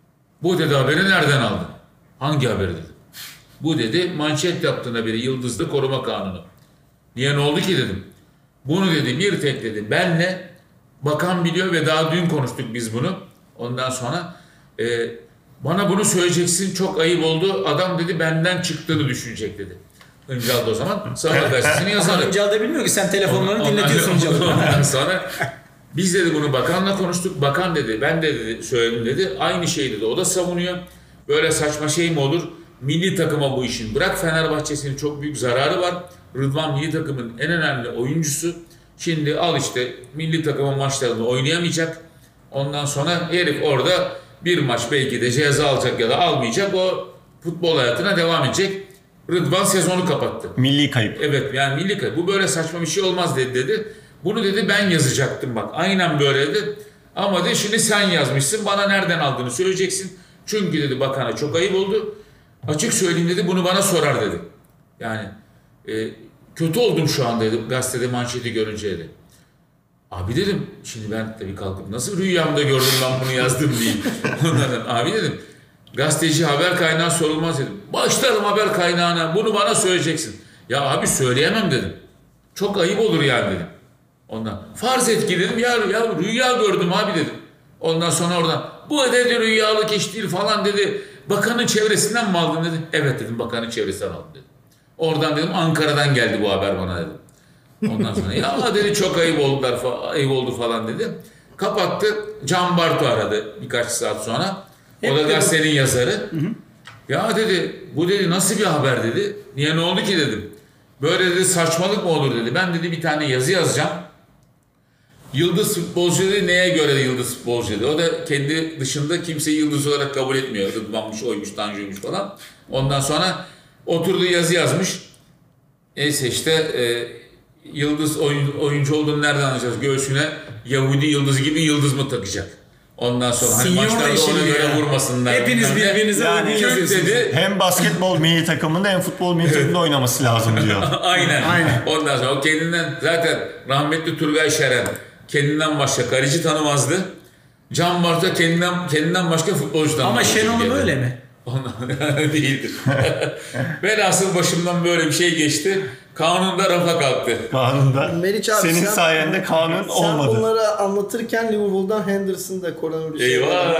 Speaker 4: Bu dedi haberi nereden aldın? Hangi haberi dedim. Bu dedi manşet yaptığın haberi Yıldızlı Koruma Kanunu. Niye ne oldu ki dedim. Bunu dedi bir tek dedi benle bakan biliyor ve daha dün konuştuk biz bunu. Ondan sonra e, bana bunu söyleyeceksin çok ayıp oldu. Adam dedi benden çıktığını düşünecek dedi. Hıncal da o zaman Sabah gazetesini
Speaker 2: Ama
Speaker 4: yazarım.
Speaker 2: Hıncal da bilmiyor ki sen telefonlarını
Speaker 4: Ondan-
Speaker 2: dinletiyorsun Hıncal'ı.
Speaker 4: Ondan sonra biz dedi bunu bakanla konuştuk. Bakan dedi ben de dedi, söyledim dedi. Aynı şey dedi. O da savunuyor. Böyle saçma şey mi olur? Milli takıma bu işin. Bırak Fenerbahçe'sinin çok büyük zararı var. Rıdvan milli takımın en önemli oyuncusu. Şimdi al işte milli takımın maçlarını oynayamayacak. Ondan sonra herif orada bir maç belki de ceza alacak ya da almayacak. O futbol hayatına devam edecek. Rıdvan sezonu kapattı.
Speaker 1: Milli kayıp.
Speaker 4: Evet yani milli kayıp. Bu böyle saçma bir şey olmaz dedi dedi. Bunu dedi ben yazacaktım bak. Aynen böyle dedi. Ama de şimdi sen yazmışsın. Bana nereden aldığını söyleyeceksin. Çünkü dedi bakana çok ayıp oldu. Açık söyleyeyim dedi bunu bana sorar dedi. Yani e, kötü oldum şu anda dedi gazetede manşeti görünce dedi. Abi dedim şimdi ben tabii kalkıp nasıl rüyamda gördüm ben bunu yazdım diyeyim. Ondan sonra, abi dedim gazeteci haber kaynağı sorulmaz dedim. Başlarım haber kaynağına bunu bana söyleyeceksin. Ya abi söyleyemem dedim. Çok ayıp olur yani dedim. Ondan farz et ki dedim ya, ya rüya gördüm abi dedim. Ondan sonra oradan bu dedi rüyalık iş değil falan dedi. Bakanın çevresinden mi aldın dedi. Evet dedim, bakanın çevresinden aldım dedim. Oradan dedim Ankara'dan geldi bu haber bana dedim. Ondan sonra ya dedi çok ayıp oldular falan, ayıp oldu falan dedi. Kapattı. Can Bartu aradı birkaç saat sonra. O da gazetenin yazarı. Hı hı. Ya dedi bu dedi nasıl bir haber dedi. Niye ne oldu ki dedim. Böyle dedi saçmalık mı olur dedi. Ben dedi bir tane yazı yazacağım. Yıldız futbolcu dedi, neye göre de yıldız futbolcu dedi. O da kendi dışında kimseyi yıldız olarak kabul etmiyor. Rıdvan'mış, oymuş, Tanju'ymuş falan. Ondan sonra oturdu yazı yazmış. Neyse işte e, yıldız oyun, oyuncu olduğunu nereden anlayacağız? Göğsüne Yahudi yıldız gibi yıldız mı takacak? Ondan sonra hani
Speaker 2: Senior
Speaker 4: maçlarda
Speaker 2: işini
Speaker 4: ona göre
Speaker 2: ya.
Speaker 4: vurmasınlar.
Speaker 2: Hepiniz birbirinize
Speaker 1: Yani
Speaker 2: uygun
Speaker 4: Kürt
Speaker 2: yazıyorsunuz.
Speaker 4: dedi.
Speaker 1: Hem basketbol milli takımında hem futbol milli takımında oynaması lazım diyor.
Speaker 4: Aynen.
Speaker 2: Aynen.
Speaker 4: Ondan sonra o kendinden zaten rahmetli Turgay Şeren kendinden başka kaleci tanımazdı. Can Bartu kendinden kendinden başka futbolcu tanımazdı.
Speaker 2: Ama Şenol'un
Speaker 4: Türkiye'de.
Speaker 2: öyle mi?
Speaker 4: Ondan değildir. Velhasıl başımdan böyle bir şey geçti. Kanunda rafa kalktı.
Speaker 1: Kanunda.
Speaker 3: Meriç abi
Speaker 1: Senin
Speaker 3: sen-
Speaker 1: sayende kanun
Speaker 3: Sen
Speaker 1: olmadı.
Speaker 3: bunları anlatırken Liverpool'dan Henderson'da koronavirüs.
Speaker 4: Eyvah.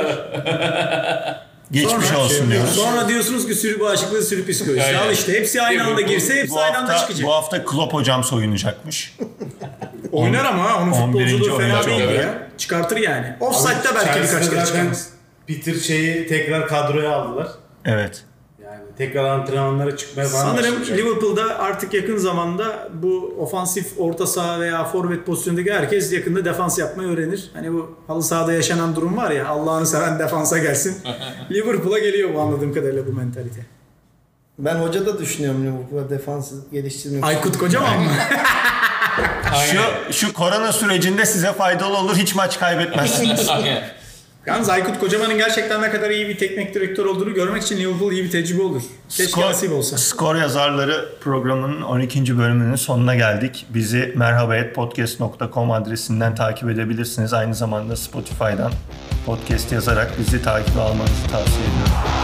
Speaker 1: Geçmiş
Speaker 2: Sonra-
Speaker 1: olsun diyoruz.
Speaker 2: Sonra diyorsunuz ki sürü bağışıklığı, sürü psikolojisi.
Speaker 4: Aynen.
Speaker 2: Al işte hepsi aynı anda girse hepsi
Speaker 1: Bu
Speaker 2: aynı anda
Speaker 1: hafta,
Speaker 2: çıkacak.
Speaker 1: bu hafta Klopp hocam soyunacakmış.
Speaker 2: Oynar ama ha, onun
Speaker 1: on birinci
Speaker 2: futbolculuğu fena
Speaker 1: oyuncu
Speaker 2: değil
Speaker 4: olarak.
Speaker 2: ya. Çıkartır yani. Offside'da belki
Speaker 5: Chelsea'de
Speaker 2: birkaç kere
Speaker 5: zaten
Speaker 2: çıkamaz.
Speaker 5: Peter şeyi tekrar kadroya aldılar.
Speaker 1: Evet.
Speaker 5: Yani tekrar antrenmanlara çıkmaya falan
Speaker 2: Sanırım
Speaker 5: başlayacak.
Speaker 2: Liverpool'da artık yakın zamanda bu ofansif orta saha veya forvet pozisyondaki herkes yakında defans yapmayı öğrenir. Hani bu halı sahada yaşanan durum var ya, Allah'ını seven defansa gelsin. Liverpool'a geliyor bu anladığım kadarıyla bu mentalite.
Speaker 3: Ben hoca da düşünüyorum Liverpool'a defans geliştirmek.
Speaker 2: Aykut Kocaman mı?
Speaker 1: Şu, şu korona sürecinde size faydalı olur. Hiç maç kaybetmezsiniz.
Speaker 4: Aynen.
Speaker 2: Yalnız Aykut Kocaman'ın gerçekten ne kadar iyi bir teknik direktör olduğunu görmek için Liverpool iyi bir tecrübe olur. Keşke
Speaker 1: Skor,
Speaker 2: nasip olsa.
Speaker 1: Skor Yazarları programının on ikinci bölümünün sonuna geldik. Bizi merhaba et podcast nokta com adresinden takip edebilirsiniz. Aynı zamanda Spotify'dan podcast yazarak bizi takip almanızı tavsiye ediyorum.